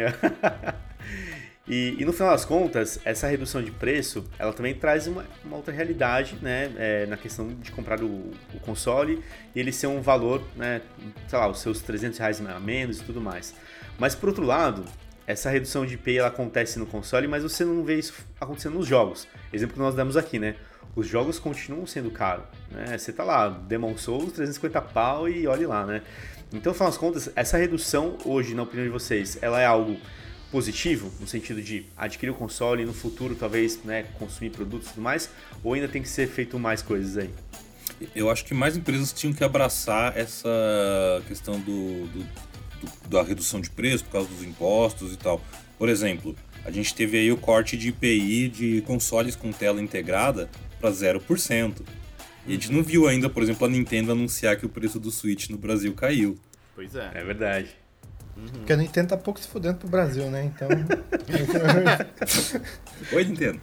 E no final das contas, essa redução de preço, ela também traz uma outra realidade, né, na questão de comprar o console e ele ser um valor, né, sei lá, os seus R$300 a menos e tudo mais. Mas por outro lado, essa redução de IPI ela acontece no console, mas você não vê isso acontecendo nos jogos. Exemplo que nós demos aqui, né? Os jogos continuam sendo caros, né? Você tá lá, Demon Souls, 350 pau e olhe lá, né? Então, no final das contas, essa redução hoje, na opinião de vocês, ela é algo positivo, no sentido de adquirir o console e no futuro talvez, né, consumir produtos e tudo mais, ou ainda tem que ser feito mais coisas aí? Eu acho que mais empresas tinham que abraçar essa questão da redução de preço por causa dos impostos e tal. Por exemplo, a gente teve aí o corte de IPI de consoles com tela integrada para 0%. E a gente não viu ainda, por exemplo, a Nintendo anunciar que o preço do Switch no Brasil caiu. Pois é. É verdade. Porque a Nintendo tá pouco se fudendo pro Brasil, né? Então. Oi, Nintendo.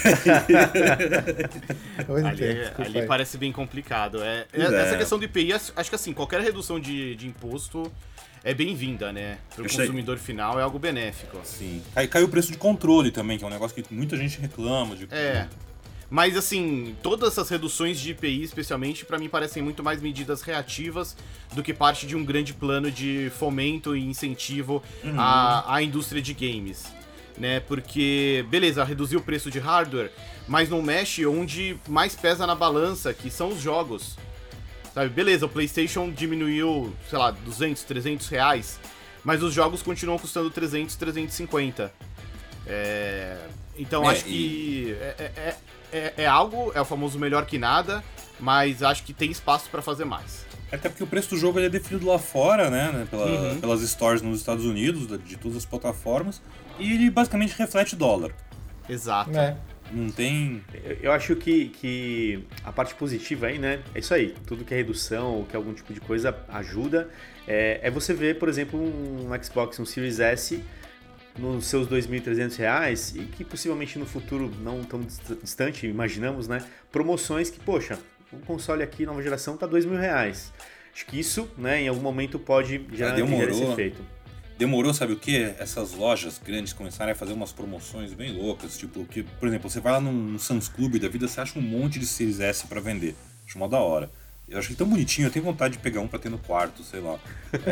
Oi, Nintendo, ali parece bem complicado. Essa questão do IPI, acho que assim, qualquer redução de imposto é bem-vinda, né? Pro consumidor final é algo benéfico. Sim. Caiu o preço de controle também, que é um negócio que muita gente reclama. Mas assim, todas essas reduções de IPI, especialmente, pra mim parecem muito mais medidas reativas do que parte de um grande plano de fomento e incentivo à indústria de games, né? Porque, beleza, reduziu o preço de hardware, mas não mexe onde mais pesa na balança, que são os jogos. Sabe, beleza, o PlayStation diminuiu, sei lá, 200, 300 reais, mas os jogos continuam custando 300, 350. Então acho que é o famoso melhor que nada, mas acho que tem espaço pra fazer mais. Até porque o preço do jogo ele é definido lá fora, né? Pelas stores nos Estados Unidos, de todas as plataformas, e ele basicamente reflete dólar. Exato. Não tem... Eu acho que a parte positiva aí, né? É isso aí. Tudo que é redução ou que é algum tipo de coisa ajuda. É você ver, por exemplo, um Xbox, um Series S nos seus R$2.300 e que possivelmente no futuro não tão distante, imaginamos, né? Promoções que, poxa, o console aqui, nova geração, tá R$2.000. Acho que isso, né, em algum momento pode gerar esse efeito. Demorou, sabe o quê? Essas lojas grandes começarem a fazer umas promoções bem loucas, tipo, que, por exemplo, você vai lá num Sam's Club da vida, você acha um monte de Series S pra vender. Acho mó da hora. Eu achei tão bonitinho, eu tenho vontade de pegar um pra ter no quarto, sei lá.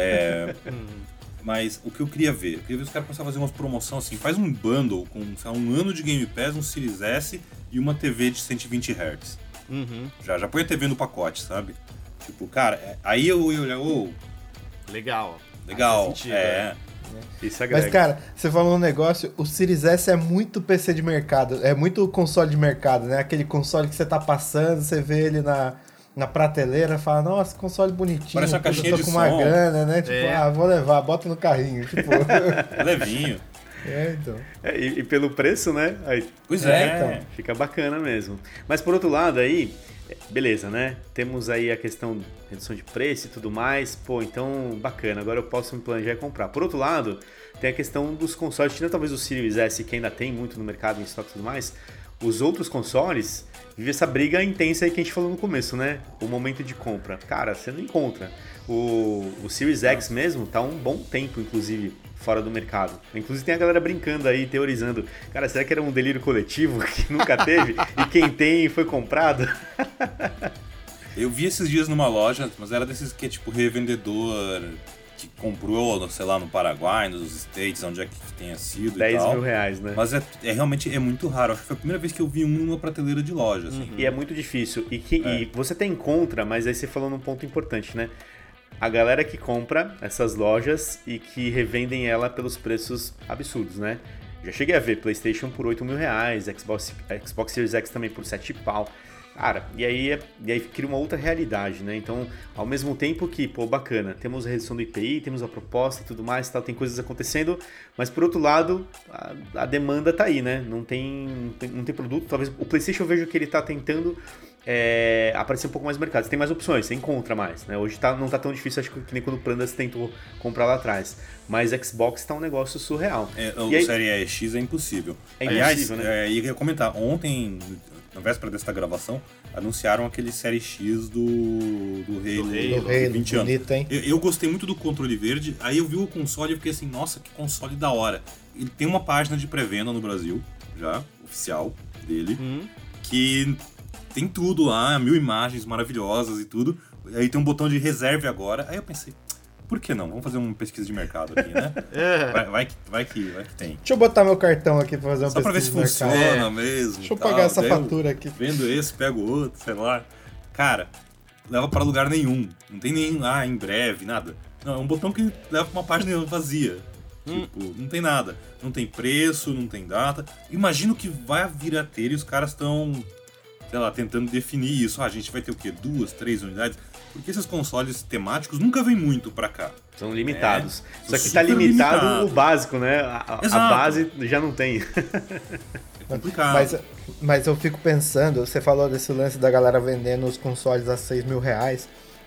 Mas o que eu queria ver os caras começarem a fazer umas promoções assim, faz um bundle com, sei lá, um ano de Game Pass, um Series S e uma TV de 120 Hz. Já põe a TV no pacote, sabe? Tipo, cara, aí eu ia olhar, Legal. Sentido, Isso agrega. Mas, cara, você falou um negócio, o Series S é muito PC de mercado, é muito console de mercado, né? Aquele console que você tá passando, você vê ele na prateleira, fala, nossa, console bonitinho, parece uma caixinha eu tô de com som. uma grana, né? Tipo, vou levar, bota no carrinho, tipo... Levinho. Então. E pelo preço, né? Aí, Pois então, fica bacana mesmo. Mas por outro lado aí, beleza, né? Temos aí a questão de redução de preço e tudo mais. Pô, então bacana, agora eu posso me planejar e comprar. Por outro lado, tem a questão dos consoles, tirando talvez o Series S, que ainda tem muito no mercado em estoque e tudo mais. Os outros consoles vivem essa briga intensa aí que a gente falou no começo, né? O momento de compra. Cara, você não encontra. O Series X mesmo tá um bom tempo, inclusive, fora do mercado. Inclusive tem a galera brincando aí, teorizando. Cara, será que era um delírio coletivo que nunca teve? E quem tem foi comprado? Eu vi esses dias numa loja, mas era desses que é tipo revendedor que comprou, sei lá, no Paraguai, nos States, onde é que tenha sido e tal. R$10.000, né? Mas realmente é muito raro. Acho que foi a primeira vez que eu vi numa prateleira de loja, assim. E é muito difícil. E você até encontra, mas aí você falou num ponto importante, né? A galera que compra essas lojas e que revendem ela pelos preços absurdos, né? Já cheguei a ver PlayStation por R$8.000, Xbox Series X também por 7 pau. Cara, e aí cria uma outra realidade, né? Então, ao mesmo tempo que, pô, bacana, temos a redução do IPI, temos a proposta e tudo mais, tal, tem coisas acontecendo, mas por outro lado, a demanda tá aí, né? Não tem produto, talvez o PlayStation eu vejo que ele tá tentando aparecer um pouco mais no mercado. Você tem mais opções, você encontra mais, né? Hoje não tá tão difícil, acho que nem quando o Prandas tentou comprar lá atrás. Mas Xbox tá um negócio surreal. O Série X é impossível. Impossível, né? Eu ia comentar, ontem, na véspera desta gravação, anunciaram aquele Série X do Halo 20 anos. Bonito, hein? Eu gostei muito do controle verde, aí eu vi o console e fiquei assim, nossa, que console da hora. Ele tem uma página de pré-venda no Brasil, já, oficial dele, que tem tudo lá, 1000 imagens maravilhosas e tudo. Aí tem um botão de reserve agora. Aí eu pensei, por que não? Vamos fazer uma pesquisa de mercado aqui, né? Vai que tem. Deixa eu botar meu cartão aqui pra fazer uma Só pra ver se funciona mesmo. Deixa eu pagar essa fatura aqui. Vendo esse, pego outro, sei lá. Cara, leva pra lugar nenhum. Não tem nem, em breve, nada. Não, é um botão que leva pra uma página vazia. Tipo, não tem nada. Não tem preço, não tem data. Imagino que vai vir a ter e os caras estão, sei lá, tentando definir isso. A gente vai ter o quê? 2, 3 unidades? Porque esses consoles temáticos nunca vêm muito pra cá. São limitados. São Só que tá limitado limitados. o básico, né? A base já não tem. É complicado. Mas eu fico pensando, você falou desse lance da galera vendendo os consoles a R$6.000.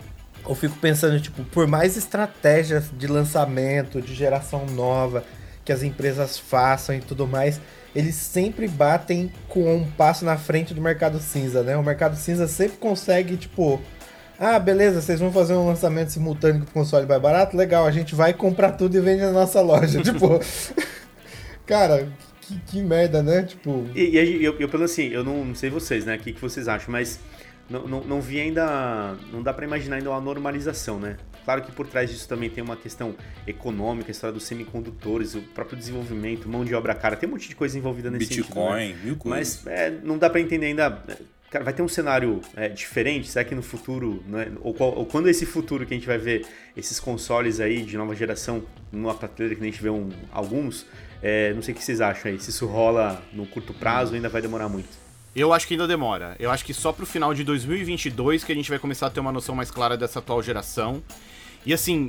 eu fico pensando, tipo, por mais estratégias de lançamento, de geração nova que as empresas façam e tudo mais, eles sempre batem com um passo na frente do mercado cinza, né? O mercado cinza sempre consegue, tipo, ah, beleza, vocês vão fazer um lançamento simultâneo pro console mais barato? Legal, a gente vai comprar tudo e vende na nossa loja. Tipo, cara, que merda, né? Tipo... Eu pelo assim, eu não sei vocês, né? O que vocês acham, mas não vi ainda... Não dá pra imaginar ainda uma normalização, né? Claro que por trás disso também tem uma questão econômica, a história dos semicondutores, o próprio desenvolvimento, mão de obra cara, tem um monte de coisa envolvida nesse Bitcoin, sentido, né? mil coisas. Mas não dá pra entender ainda... Cara, vai ter um cenário diferente? Será que no futuro, né, ou quando esse futuro que a gente vai ver esses consoles aí de nova geração numa prateleira que nem a gente vê alguns, não sei o que vocês acham aí, se isso rola no curto prazo ainda vai demorar muito? Eu acho que ainda demora. Eu acho que só pro final de 2022 que a gente vai começar a ter uma noção mais clara dessa atual geração. E assim,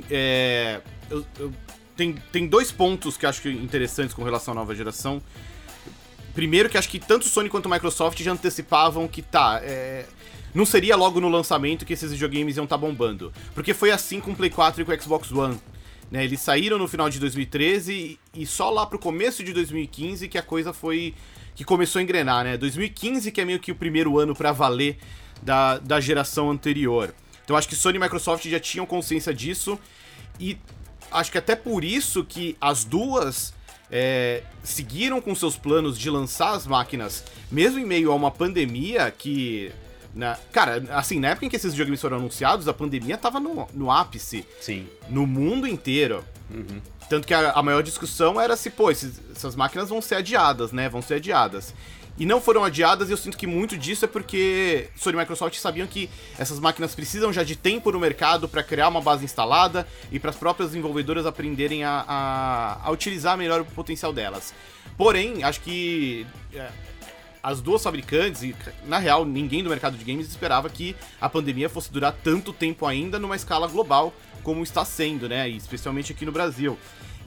tem 2 pontos que eu acho interessantes com relação à nova geração. Primeiro que acho que tanto Sony quanto Microsoft já antecipavam que não seria logo no lançamento que esses videogames iam estar bombando. Porque foi assim com o Play 4 e com o Xbox One. Né? Eles saíram no final de 2013 e só lá pro começo de 2015 que a coisa que começou a engrenar, né? 2015 que é meio que o primeiro ano pra valer da geração anterior. Então acho que Sony e Microsoft já tinham consciência disso e acho que até por isso que as duas seguiram com seus planos de lançar as máquinas, mesmo em meio a uma pandemia que... Cara, assim, na época em que esses videogames foram anunciados, a pandemia tava no ápice. Sim. No mundo inteiro. Uhum. Tanto que a maior discussão era se, pô, essas máquinas vão ser adiadas, né? Vão ser adiadas. E não foram adiadas, e eu sinto que muito disso é porque Sony e Microsoft sabiam que essas máquinas precisam já de tempo no mercado para criar uma base instalada e para as próprias desenvolvedoras aprenderem a utilizar melhor o potencial delas. Porém, acho que as duas fabricantes, e na real ninguém do mercado de games esperava que a pandemia fosse durar tanto tempo ainda numa escala global como está sendo, né? E especialmente aqui no Brasil.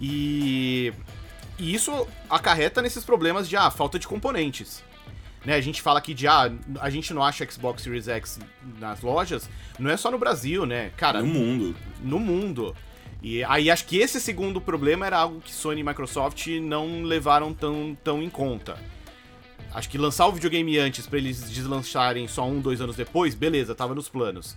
E isso acarreta nesses problemas de falta de componentes. Né, a gente fala aqui de a gente não acha Xbox Series X nas lojas, não é só no Brasil, né? Cara, no mundo. E aí acho que esse segundo problema era algo que Sony e Microsoft não levaram tão em conta. Acho que lançar o videogame antes pra eles deslancharem só 1-2 anos depois, beleza, tava nos planos.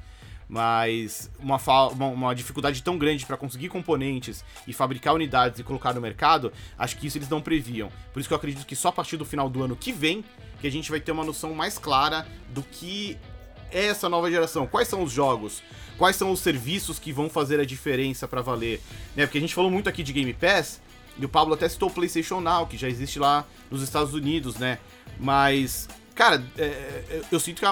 Mas uma dificuldade tão grande para conseguir componentes e fabricar unidades e colocar no mercado, acho que isso eles não previam. Por isso que eu acredito que só a partir do final do ano que vem que a gente vai ter uma noção mais clara do que é essa nova geração. Quais são os jogos? Quais são os serviços que vão fazer a diferença para valer? Né? Porque a gente falou muito aqui de Game Pass, e o Pablo até citou o PlayStation Now, que já existe lá nos Estados Unidos, né? Mas... Cara, eu sinto que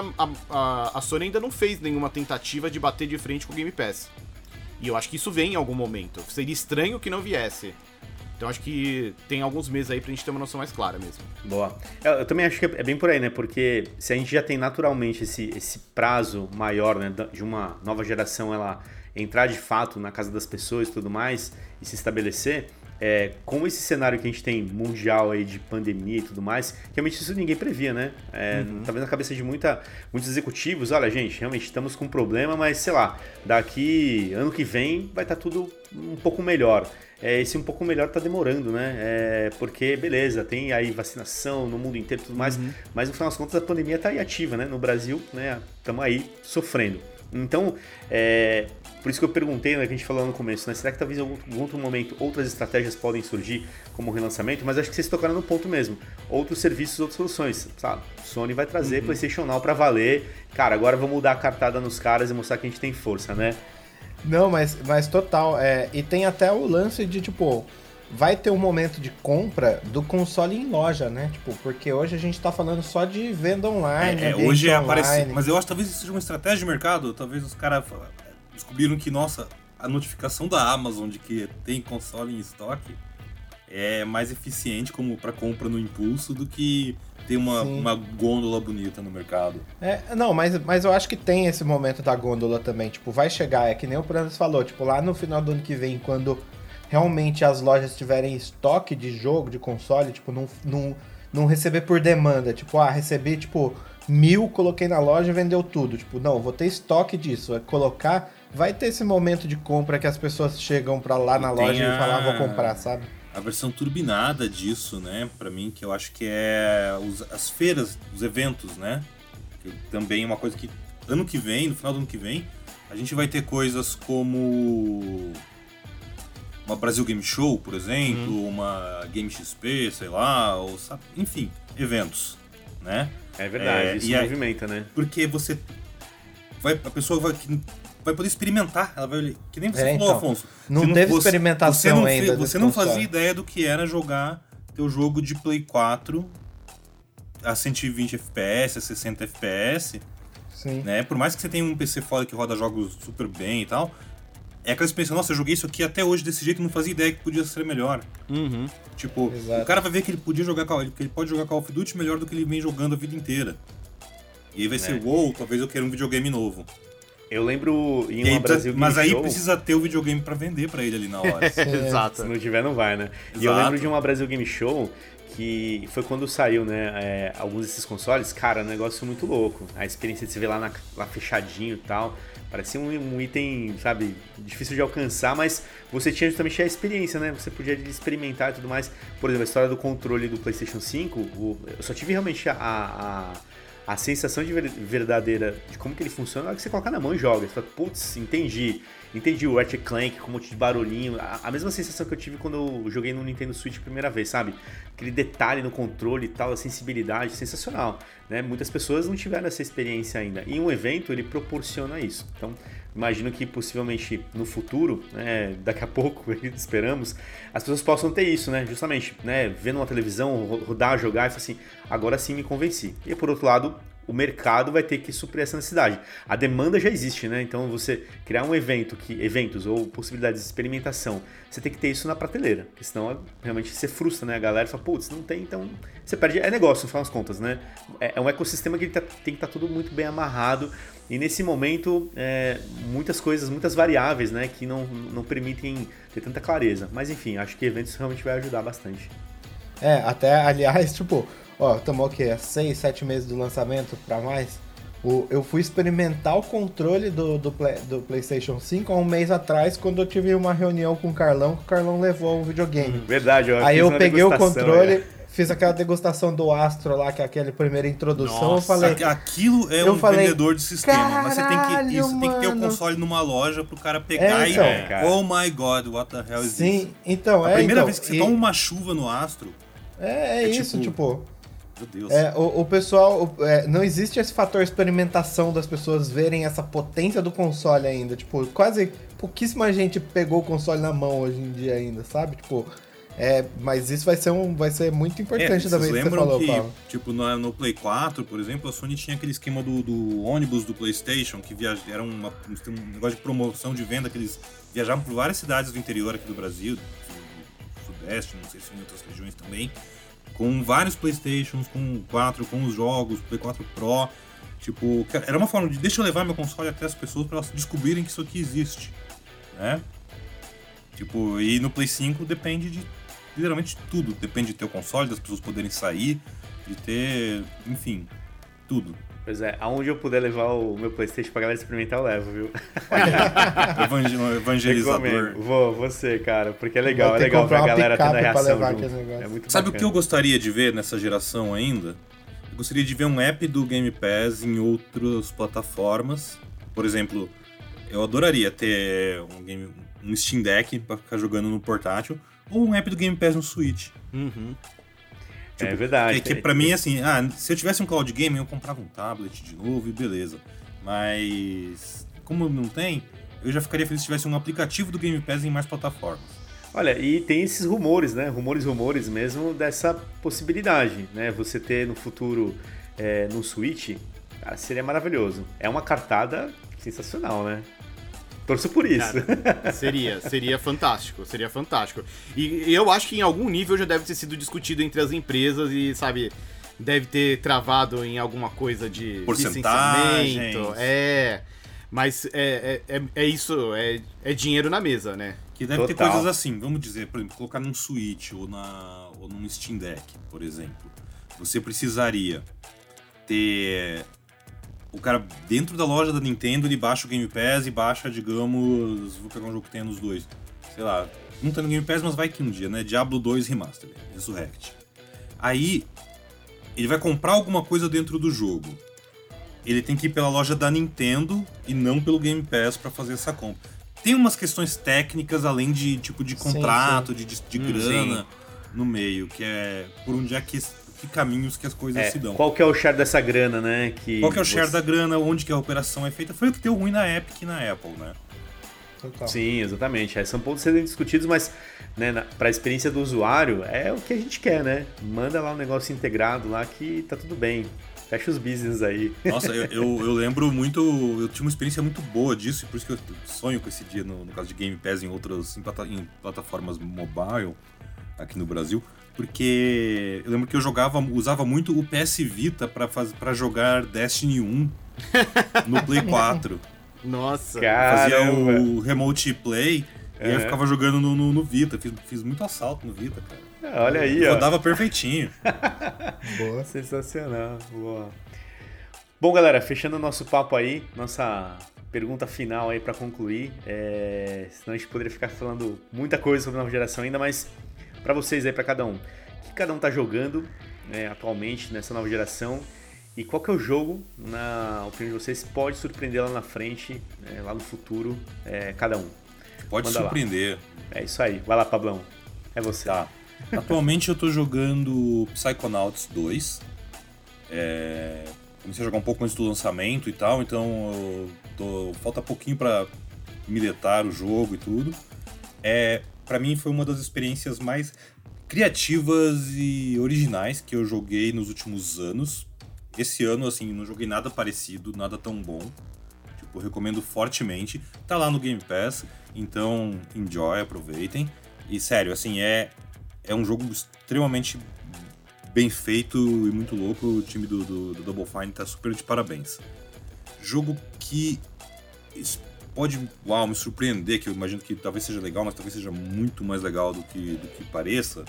a Sony ainda não fez nenhuma tentativa de bater de frente com o Game Pass. E eu acho que isso vem em algum momento. Seria estranho que não viesse. Então acho que tem alguns meses aí pra gente ter uma noção mais clara mesmo. Boa. Eu também acho que é bem por aí, né? Porque se a gente já tem naturalmente esse prazo maior, né, de uma nova geração ela entrar de fato na casa das pessoas e tudo mais, e se estabelecer... com esse cenário que a gente tem mundial aí de pandemia e tudo mais, realmente isso ninguém previa, né? Talvez na cabeça de muitos executivos, olha gente, realmente estamos com um problema, mas sei lá, daqui ano que vem vai estar tudo um pouco melhor. Esse um pouco melhor tá demorando, né? Porque, beleza, tem aí vacinação no mundo inteiro e tudo mais, mas no final das contas a pandemia tá aí ativa, né? No Brasil, né? Estamos aí sofrendo. Então, por isso que eu perguntei, né, que a gente falou no começo, né, será que talvez em algum outro momento outras estratégias podem surgir como relançamento? Mas acho que vocês tocaram no ponto mesmo. Outros serviços, outras soluções, sabe? Sony vai trazer PlayStation Now pra valer. Cara, agora vamos mudar a cartada nos caras e mostrar que a gente tem força, né? Não, mas total. E tem até o lance de, tipo, vai ter um momento de compra do console em loja, né? Tipo, porque hoje a gente tá falando só de venda online. Hoje aparece. Mas eu acho que talvez isso seja uma estratégia de mercado. Talvez os caras descobriram que, nossa, a notificação da Amazon de que tem console em estoque é mais eficiente como para compra no impulso do que ter uma gôndola bonita no mercado. Não, mas eu acho que tem esse momento da gôndola também. Tipo, vai chegar, é que nem o Pranos falou, tipo, lá no final do ano que vem, quando realmente as lojas tiverem estoque de jogo, de console, tipo, não receber por demanda. Tipo, recebi, tipo, 1000, coloquei na loja e vendeu tudo. Tipo, não, vou ter estoque disso. É colocar vai ter esse momento de compra que as pessoas chegam pra lá na loja e falam, vou comprar, sabe? A versão turbinada disso, né, pra mim, que eu acho que é as feiras, os eventos, né? Que também é uma coisa que ano que vem, no final do ano que vem, a gente vai ter coisas como uma Brasil Game Show, por exemplo, uma Game XP, sei lá, ou, enfim, eventos, né? É verdade, isso movimenta, né? Porque a pessoa vai poder experimentar, ela vai, que nem você falou, então, Afonso. Não teve experimentação ainda. Você não fazia ideia do que era jogar teu jogo de Play 4 a 120 FPS, a 60 FPS, Sim. né? Por mais que você tenha um PC foda que roda jogos super bem e tal, é aquela experiência, nossa, eu joguei isso aqui até hoje desse jeito e não fazia ideia que podia ser melhor. Tipo, Exato. o cara vai ver que ele pode jogar Call of Duty melhor do que ele vem jogando a vida inteira. E aí vai ser, talvez eu queira um videogame novo. Eu lembro em uma Brasil Game Mas aí Show, precisa ter o videogame pra vender pra ele ali na hora. Exato. se não tiver, não vai, né? Exato. E eu lembro de uma Brasil Game Show que foi quando saiu, né, alguns desses consoles, cara, um negócio muito louco. A experiência de você ver lá fechadinho e tal, parecia um item, sabe, difícil de alcançar, mas você tinha justamente a experiência, né? Você podia experimentar e tudo mais. Por exemplo, a história do controle do PlayStation 5, eu só tive realmente a sensação verdadeira de como que ele funciona na hora que você coloca na mão e joga. Você fala, putz, entendi o Ratchet Clank com um monte de barulhinho. A mesma sensação que eu tive quando eu joguei no Nintendo Switch a primeira vez, sabe? Aquele detalhe no controle e tal, a sensibilidade, sensacional, né? Muitas pessoas não tiveram essa experiência ainda. E um evento, ele proporciona isso. Então, imagino que possivelmente no futuro, né, daqui a pouco, esperamos, as pessoas possam ter isso, né? Justamente, né? Vendo uma televisão, rodar, jogar e falar assim, agora sim me convenci. E por outro lado, o mercado vai ter que suprir essa necessidade. A demanda já existe, né? Então você criar um eventos ou possibilidades de experimentação, você tem que ter isso na prateleira, porque senão realmente você frustra, né? A galera fala, putz, não tem, então você perde. É negócio, no final das contas, né? É um ecossistema que tem que estar tudo muito bem amarrado. E nesse momento, muitas coisas, muitas variáveis, né, que não permitem ter tanta clareza. Mas enfim, acho que eventos realmente vai ajudar bastante. Até, aliás, tipo, estamos o quê? 6, 7 meses do lançamento pra mais? Eu fui experimentar o controle do PlayStation 5 há um mês atrás, quando eu tive uma reunião com o Carlão, que o Carlão levou o videogame. Verdade, Aí eu peguei o controle... Fiz aquela degustação do Astro lá, que é aquela primeira introdução. Nossa, eu falei, aquilo é vendedor de sistema. Mas você tem que ter o console numa loja pro cara pegar oh my god, what the hell is this? Sim, então, a primeira vez que você toma uma chuva no Astro. É isso, tipo. Meu Deus. O pessoal. Não existe esse fator experimentação das pessoas verem essa potência do console ainda. Tipo, quase pouquíssima gente pegou o console na mão hoje em dia ainda, sabe? Tipo. Mas isso vai ser muito importante também, que você falou, Paulo. Tipo, no Play 4, por exemplo, a Sony tinha aquele esquema do ônibus do PlayStation, que era um negócio de promoção de venda, que eles viajavam por várias cidades do interior aqui do Brasil, do Sudeste, não sei se em outras regiões também, com vários PlayStations, com 4, com os jogos, Play 4 Pro. Tipo, era uma forma de deixa eu levar meu console até as pessoas para elas descobrirem que isso aqui existe, né? Tipo, e no Play 5 depende de literalmente tudo. Depende de ter o console, das pessoas poderem sair, de ter, enfim, tudo. Pois é, aonde eu puder levar o meu PlayStation pra galera experimentar, eu levo, viu? Evangelizador. Você, cara, porque é legal ver a galera tendo a reação junto. É muito Sabe bacana. o que eu gostaria de ver nessa geração ainda? Eu gostaria de ver um app do Game Pass em outras plataformas. Por exemplo, eu adoraria ter um Steam Deck pra ficar jogando no portátil, ou um app do Game Pass no Switch. É verdade. Que pra mim, assim, se eu tivesse um cloud game, eu comprava um tablet de novo e beleza. Mas, como não tem, eu já ficaria feliz se tivesse um aplicativo do Game Pass em mais plataformas. Olha, e tem esses rumores, né? Rumores mesmo dessa possibilidade, né? Você ter no futuro no Switch, cara, seria maravilhoso. É uma cartada sensacional, né? Torço por isso. Cara, seria fantástico, E eu acho que em algum nível já deve ter sido discutido entre as empresas e, sabe, deve ter travado em alguma coisa de licenciamento. Mas é isso, é dinheiro na mesa, né? Que deve ter coisas assim, vamos dizer, por exemplo, colocar num Switch ou num Steam Deck, por exemplo. Você precisaria ter o cara, dentro da loja da Nintendo, ele baixa o Game Pass e baixa, digamos, vou pegar um jogo que tenha nos dois, sei lá, não tá no Game Pass, mas vai que um dia, né? Diablo 2 Remastered, Resurrect. Aí, ele vai comprar alguma coisa dentro do jogo. Ele tem que ir pela loja da Nintendo e não pelo Game Pass pra fazer essa compra. Tem umas questões técnicas, além de tipo de contrato, sim. de grana no meio, que é por onde é que caminhos que as coisas se dão. Qual que é o share dessa grana, né? Qual que é o share da grana, onde que a operação é feita. Foi o que deu ruim na Epic e na Apple, né? Total. Sim, exatamente. São pontos sendo discutidos, mas né, para a experiência do usuário é o que a gente quer, né? Manda lá um negócio integrado lá que tá tudo bem. Fecha os business aí. Nossa, eu lembro muito... Eu tinha uma experiência muito boa disso, e por isso que eu sonho com esse dia, no caso de Game Pass, em plataformas mobile aqui no Brasil. Porque eu lembro que eu usava muito o PS Vita pra jogar Destiny 1 no Play 4. Nossa! Fazia o Remote Play e aí eu ficava jogando no Vita. Fiz muito assalto no Vita, cara. Olha aí, ó. Rodava perfeitinho. Boa. Sensacional. Boa. Bom, galera, fechando o nosso papo aí, nossa pergunta final aí pra concluir. Senão a gente poderia ficar falando muita coisa sobre a nova geração ainda, mas pra vocês aí, pra cada um. O que cada um tá jogando atualmente nessa nova geração? E qual que é o jogo, na opinião de vocês, pode surpreender lá na frente, lá no futuro, cada um? Pode Manda surpreender. Lá. É isso aí. Vai lá, Pablão. É você. Tá. Atualmente eu tô jogando Psychonauts 2. Comecei a jogar um pouco antes do lançamento e tal, então falta pouquinho pra miletar o jogo e tudo. Pra mim foi uma das experiências mais criativas e originais que eu joguei nos últimos anos. Esse ano, assim, não joguei nada parecido, nada tão bom. Tipo, recomendo fortemente. Tá lá no Game Pass, então enjoy, aproveitem. E sério, assim, é um jogo extremamente bem feito e muito louco. O time do Double Fine tá super de parabéns. Jogo que pode me surpreender, que eu imagino que talvez seja legal, mas talvez seja muito mais legal do que pareça.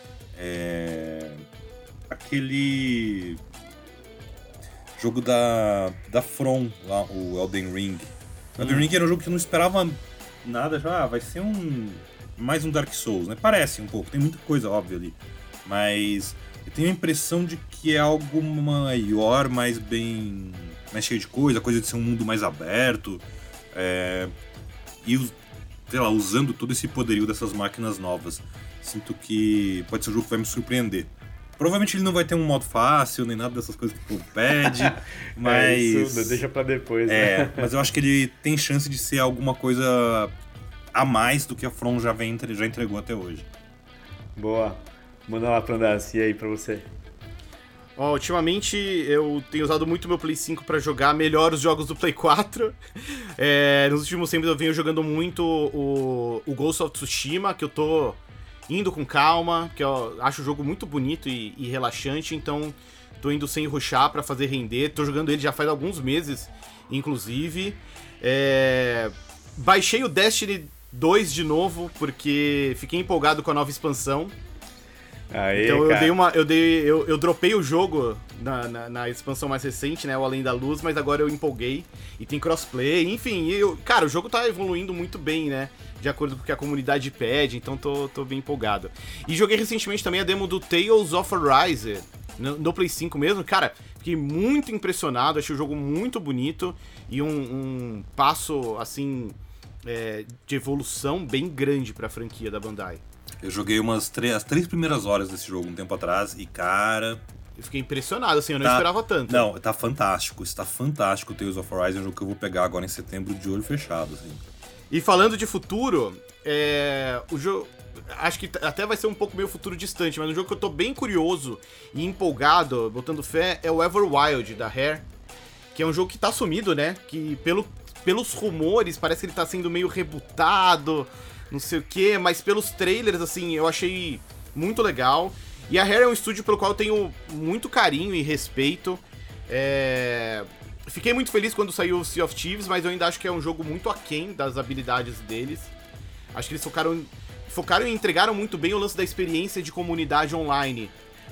Aquele jogo da From, lá, o Elden Ring. O Elden Ring era um jogo que eu não esperava nada, já vai ser mais um Dark Souls, né? Parece um pouco, tem muita coisa óbvia ali, mas eu tenho a impressão de que é algo maior, mais cheio de coisa de ser um mundo mais aberto, e sei lá, usando todo esse poderio dessas máquinas novas. Sinto que pode ser um jogo que vai me surpreender. Provavelmente ele não vai ter um modo fácil, nem nada dessas coisas que o pede, mas... Isso, deixa pra depois, né? Mas eu acho que ele tem chance de ser alguma coisa a mais do que a From já entregou até hoje. Boa. Manda lá pra andar, e aí pra você? Ultimamente eu tenho usado muito meu Play 5 pra jogar melhor os jogos do Play 4. Nos últimos tempos eu venho jogando muito o Ghost of Tsushima, que eu tô indo com calma, que eu acho o jogo muito bonito e relaxante, então tô indo sem rushar pra fazer render. Tô jogando ele já faz alguns meses, inclusive. Baixei o Destiny 2 de novo, porque fiquei empolgado com a nova expansão. Aê, então cara. eu dropei o jogo na expansão mais recente, né, o Além da Luz, mas agora eu empolguei e tem crossplay, enfim, cara, o jogo tá evoluindo muito bem, né, de acordo com o que a comunidade pede, então tô bem empolgado. E joguei recentemente também a demo do Tales of Arise, no Play 5 mesmo, cara, fiquei muito impressionado, achei o jogo muito bonito e um passo, assim, de evolução bem grande pra franquia da Bandai. Eu joguei as 3 primeiras horas desse jogo um tempo atrás e, cara... Eu fiquei impressionado, assim, eu não esperava tanto. Não, tá fantástico, está fantástico o Tales of Arise, é um jogo que eu vou pegar agora em setembro de olho fechado, assim. E falando de futuro, o jogo... Acho que até vai ser um pouco meio futuro distante, mas um jogo que eu tô bem curioso e empolgado, botando fé, é o Everwild, da Rare, que é um jogo que tá sumido, né? Que pelos rumores parece que ele tá sendo meio rebootado, não sei o que, mas pelos trailers, assim, eu achei muito legal. E a Rare é um estúdio pelo qual eu tenho muito carinho e respeito. Fiquei muito feliz quando saiu o Sea of Thieves, mas eu ainda acho que é um jogo muito aquém das habilidades deles. Acho que eles focaram e entregaram muito bem o lance da experiência de comunidade online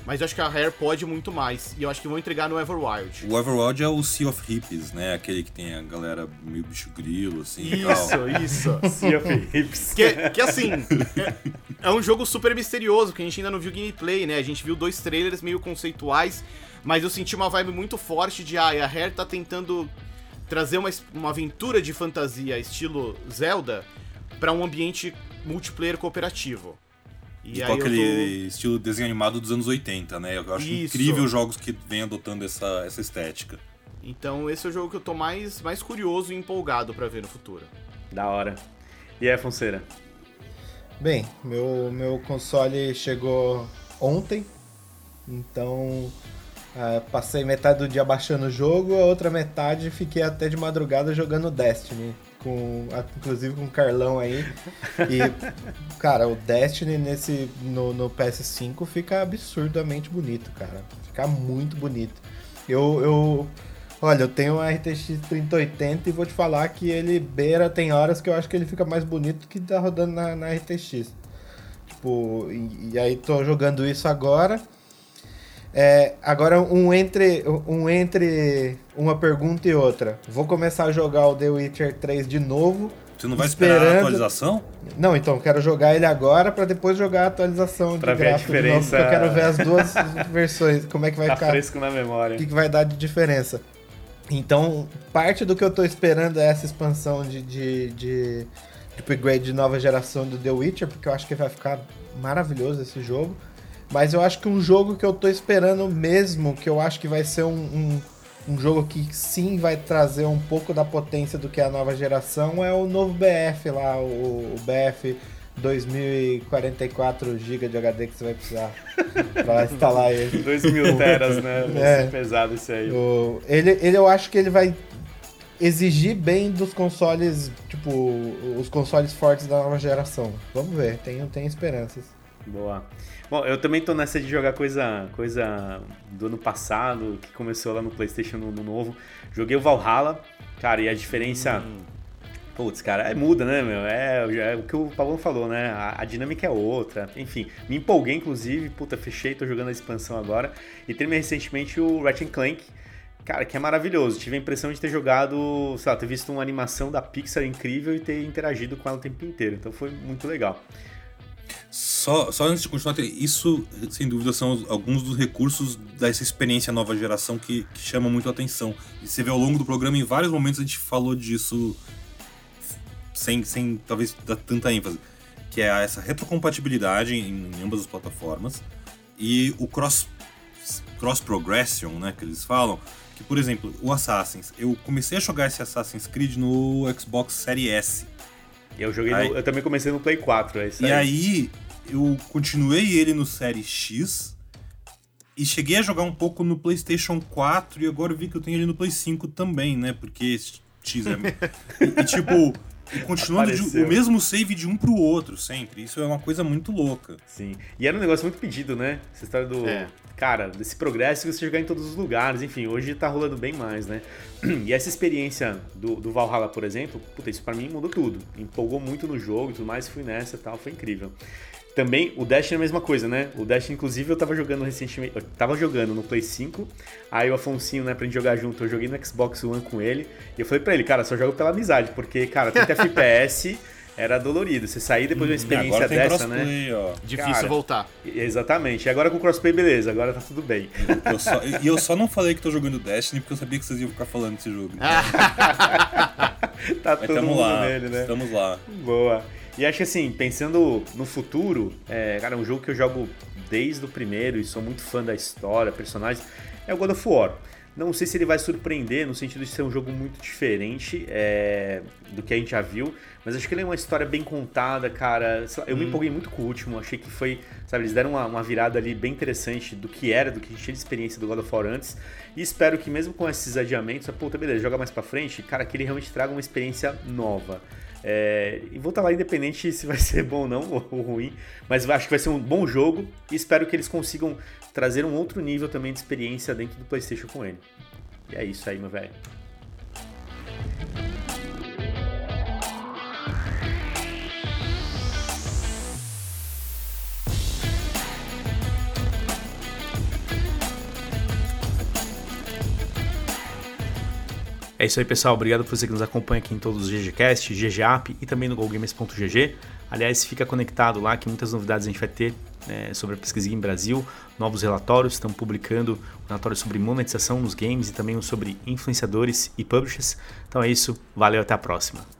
Mas eu acho que a Rare pode muito mais. E eu acho que vão entregar no Everwild. O Everwild é o Sea of Hippies, né? Aquele que tem a galera meio bicho grilo, assim. E tal. Isso. Sea of Hippies. Que assim, é um jogo super misterioso, que a gente ainda não viu gameplay, né? A gente viu 2 trailers meio conceituais, mas eu senti uma vibe muito forte de, a Rare tá tentando trazer uma aventura de fantasia estilo Zelda pra um ambiente multiplayer cooperativo. E com aquele estilo desenho animado dos anos 80, né? Eu acho incrível jogos que vêm adotando essa estética. Então esse é o jogo que eu tô mais curioso e empolgado pra ver no futuro. Da hora. E aí, Fonseira? Bem, meu console chegou ontem, então passei metade do dia baixando o jogo, a outra metade fiquei até de madrugada jogando Destiny. Inclusive com o Carlão aí. E, cara, o Destiny no PS5 fica absurdamente bonito, cara. Fica muito bonito. Olha, eu tenho um RTX 3080 e vou te falar que ele beira, tem horas que eu acho que ele fica mais bonito que tá rodando na RTX. Tipo, e aí tô jogando isso agora. Agora entre uma pergunta e outra. Vou começar a jogar o The Witcher 3 de novo. Você não vai esperar a atualização? Não, então, quero jogar ele agora pra depois jogar a atualização pra de gráfico de novo, porque eu quero ver as duas versões, como é que vai ficar. Fresco na memória. O que vai dar de diferença. Então, parte do que eu tô esperando é essa expansão de upgrade de nova geração do The Witcher, porque eu acho que vai ficar maravilhoso esse jogo. Mas eu acho que um jogo que eu tô esperando mesmo, que eu acho que vai ser um jogo que sim vai trazer um pouco da potência do que é a nova geração, é o novo BF lá, o BF 2044 GB de HD que você vai precisar pra instalar ele. 2000 teras, né? Vai ser pesado isso aí. Ele eu acho que ele vai exigir bem dos consoles, tipo, os consoles fortes da nova geração. Vamos ver, tenho esperanças. Boa. Bom, eu também tô nessa de jogar coisa do ano passado, que começou lá no PlayStation no novo. Joguei o Valhalla, cara, e a diferença... Putz, cara, muda, né, meu? É o que o Pavão falou, né? A dinâmica é outra. Enfim, me empolguei, inclusive. Puta, fechei, tô jogando a expansão agora. E terminei recentemente o Ratchet & Clank, cara, que é maravilhoso. Tive a impressão de ter jogado, sei lá, ter visto uma animação da Pixar incrível e ter interagido com ela o tempo inteiro. Então foi muito legal. Só antes de continuar, isso, sem dúvida, são alguns dos recursos dessa experiência nova geração que chamam muito a atenção. E você vê ao longo do programa, em vários momentos a gente falou disso sem talvez dar tanta ênfase, que é essa retrocompatibilidade em ambas as plataformas e o cross-progression, né, que eles falam, que, por exemplo, o Assassin's, eu comecei a jogar esse Assassin's Creed no Xbox Series S. Eu também comecei no Play 4, é isso aí. E aí, eu continuei ele no Series X e cheguei a jogar um pouco no PlayStation 4 e agora eu vi que eu tenho ele no Play 5 também, né? Porque X é... tipo, continuando o mesmo save de um pro outro sempre. Isso é uma coisa muito louca. Sim. E era um negócio muito pedido, né? Essa história do... Cara, desse progresso que você jogar em todos os lugares, enfim, hoje tá rolando bem mais, né? E essa experiência do Valhalla, por exemplo, puta, isso pra mim mudou tudo. Empolgou muito no jogo e tudo mais, fui nessa e tal, foi incrível. Também, o Destiny é a mesma coisa, né? O Destiny, inclusive, eu tava jogando recentemente, eu tava jogando no Play 5, aí o Afonsinho, né, pra gente jogar junto, eu joguei no Xbox One com ele, e eu falei pra ele, cara, só jogo pela amizade, porque, cara, 30 FPS... Era dolorido. Você sair depois de uma experiência dessa, crossplay, né? Ó. Difícil, cara, voltar. Exatamente. E agora com o crossplay, beleza. Agora tá tudo bem. Eu só não falei que tô jogando Destiny porque eu sabia que vocês iam ficar falando desse jogo. Tá todo mundo lá, nele, né? Estamos lá. Boa. E acho que assim, pensando no futuro, cara, é um jogo que eu jogo desde o primeiro e sou muito fã da história, personagens, é o God of War. Não sei se ele vai surpreender no sentido de ser um jogo muito diferente do que a gente já viu, mas acho que ele é uma história bem contada, cara. Eu me empolguei muito com o último, achei que foi, sabe, eles deram uma virada ali bem interessante do que a gente tinha de experiência do God of War antes, e espero que mesmo com esses adiamentos, puta, beleza, joga mais pra frente, cara, que ele realmente traga uma experiência nova. E vou estar lá independente se vai ser bom ou não, ou ruim, mas acho que vai ser um bom jogo e espero que eles consigam trazer um outro nível também de experiência dentro do PlayStation com ele. E é isso aí, meu velho. É isso aí, pessoal. Obrigado por você que nos acompanha aqui em todos os GGCast, GGApp e também no GoGamers.gg. Aliás, fica conectado lá que muitas novidades a gente vai ter sobre a pesquisa Game Brasil, novos relatórios. Estamos publicando um relatório sobre monetização nos games e também um sobre influenciadores e publishers. Então é isso. Valeu, até a próxima.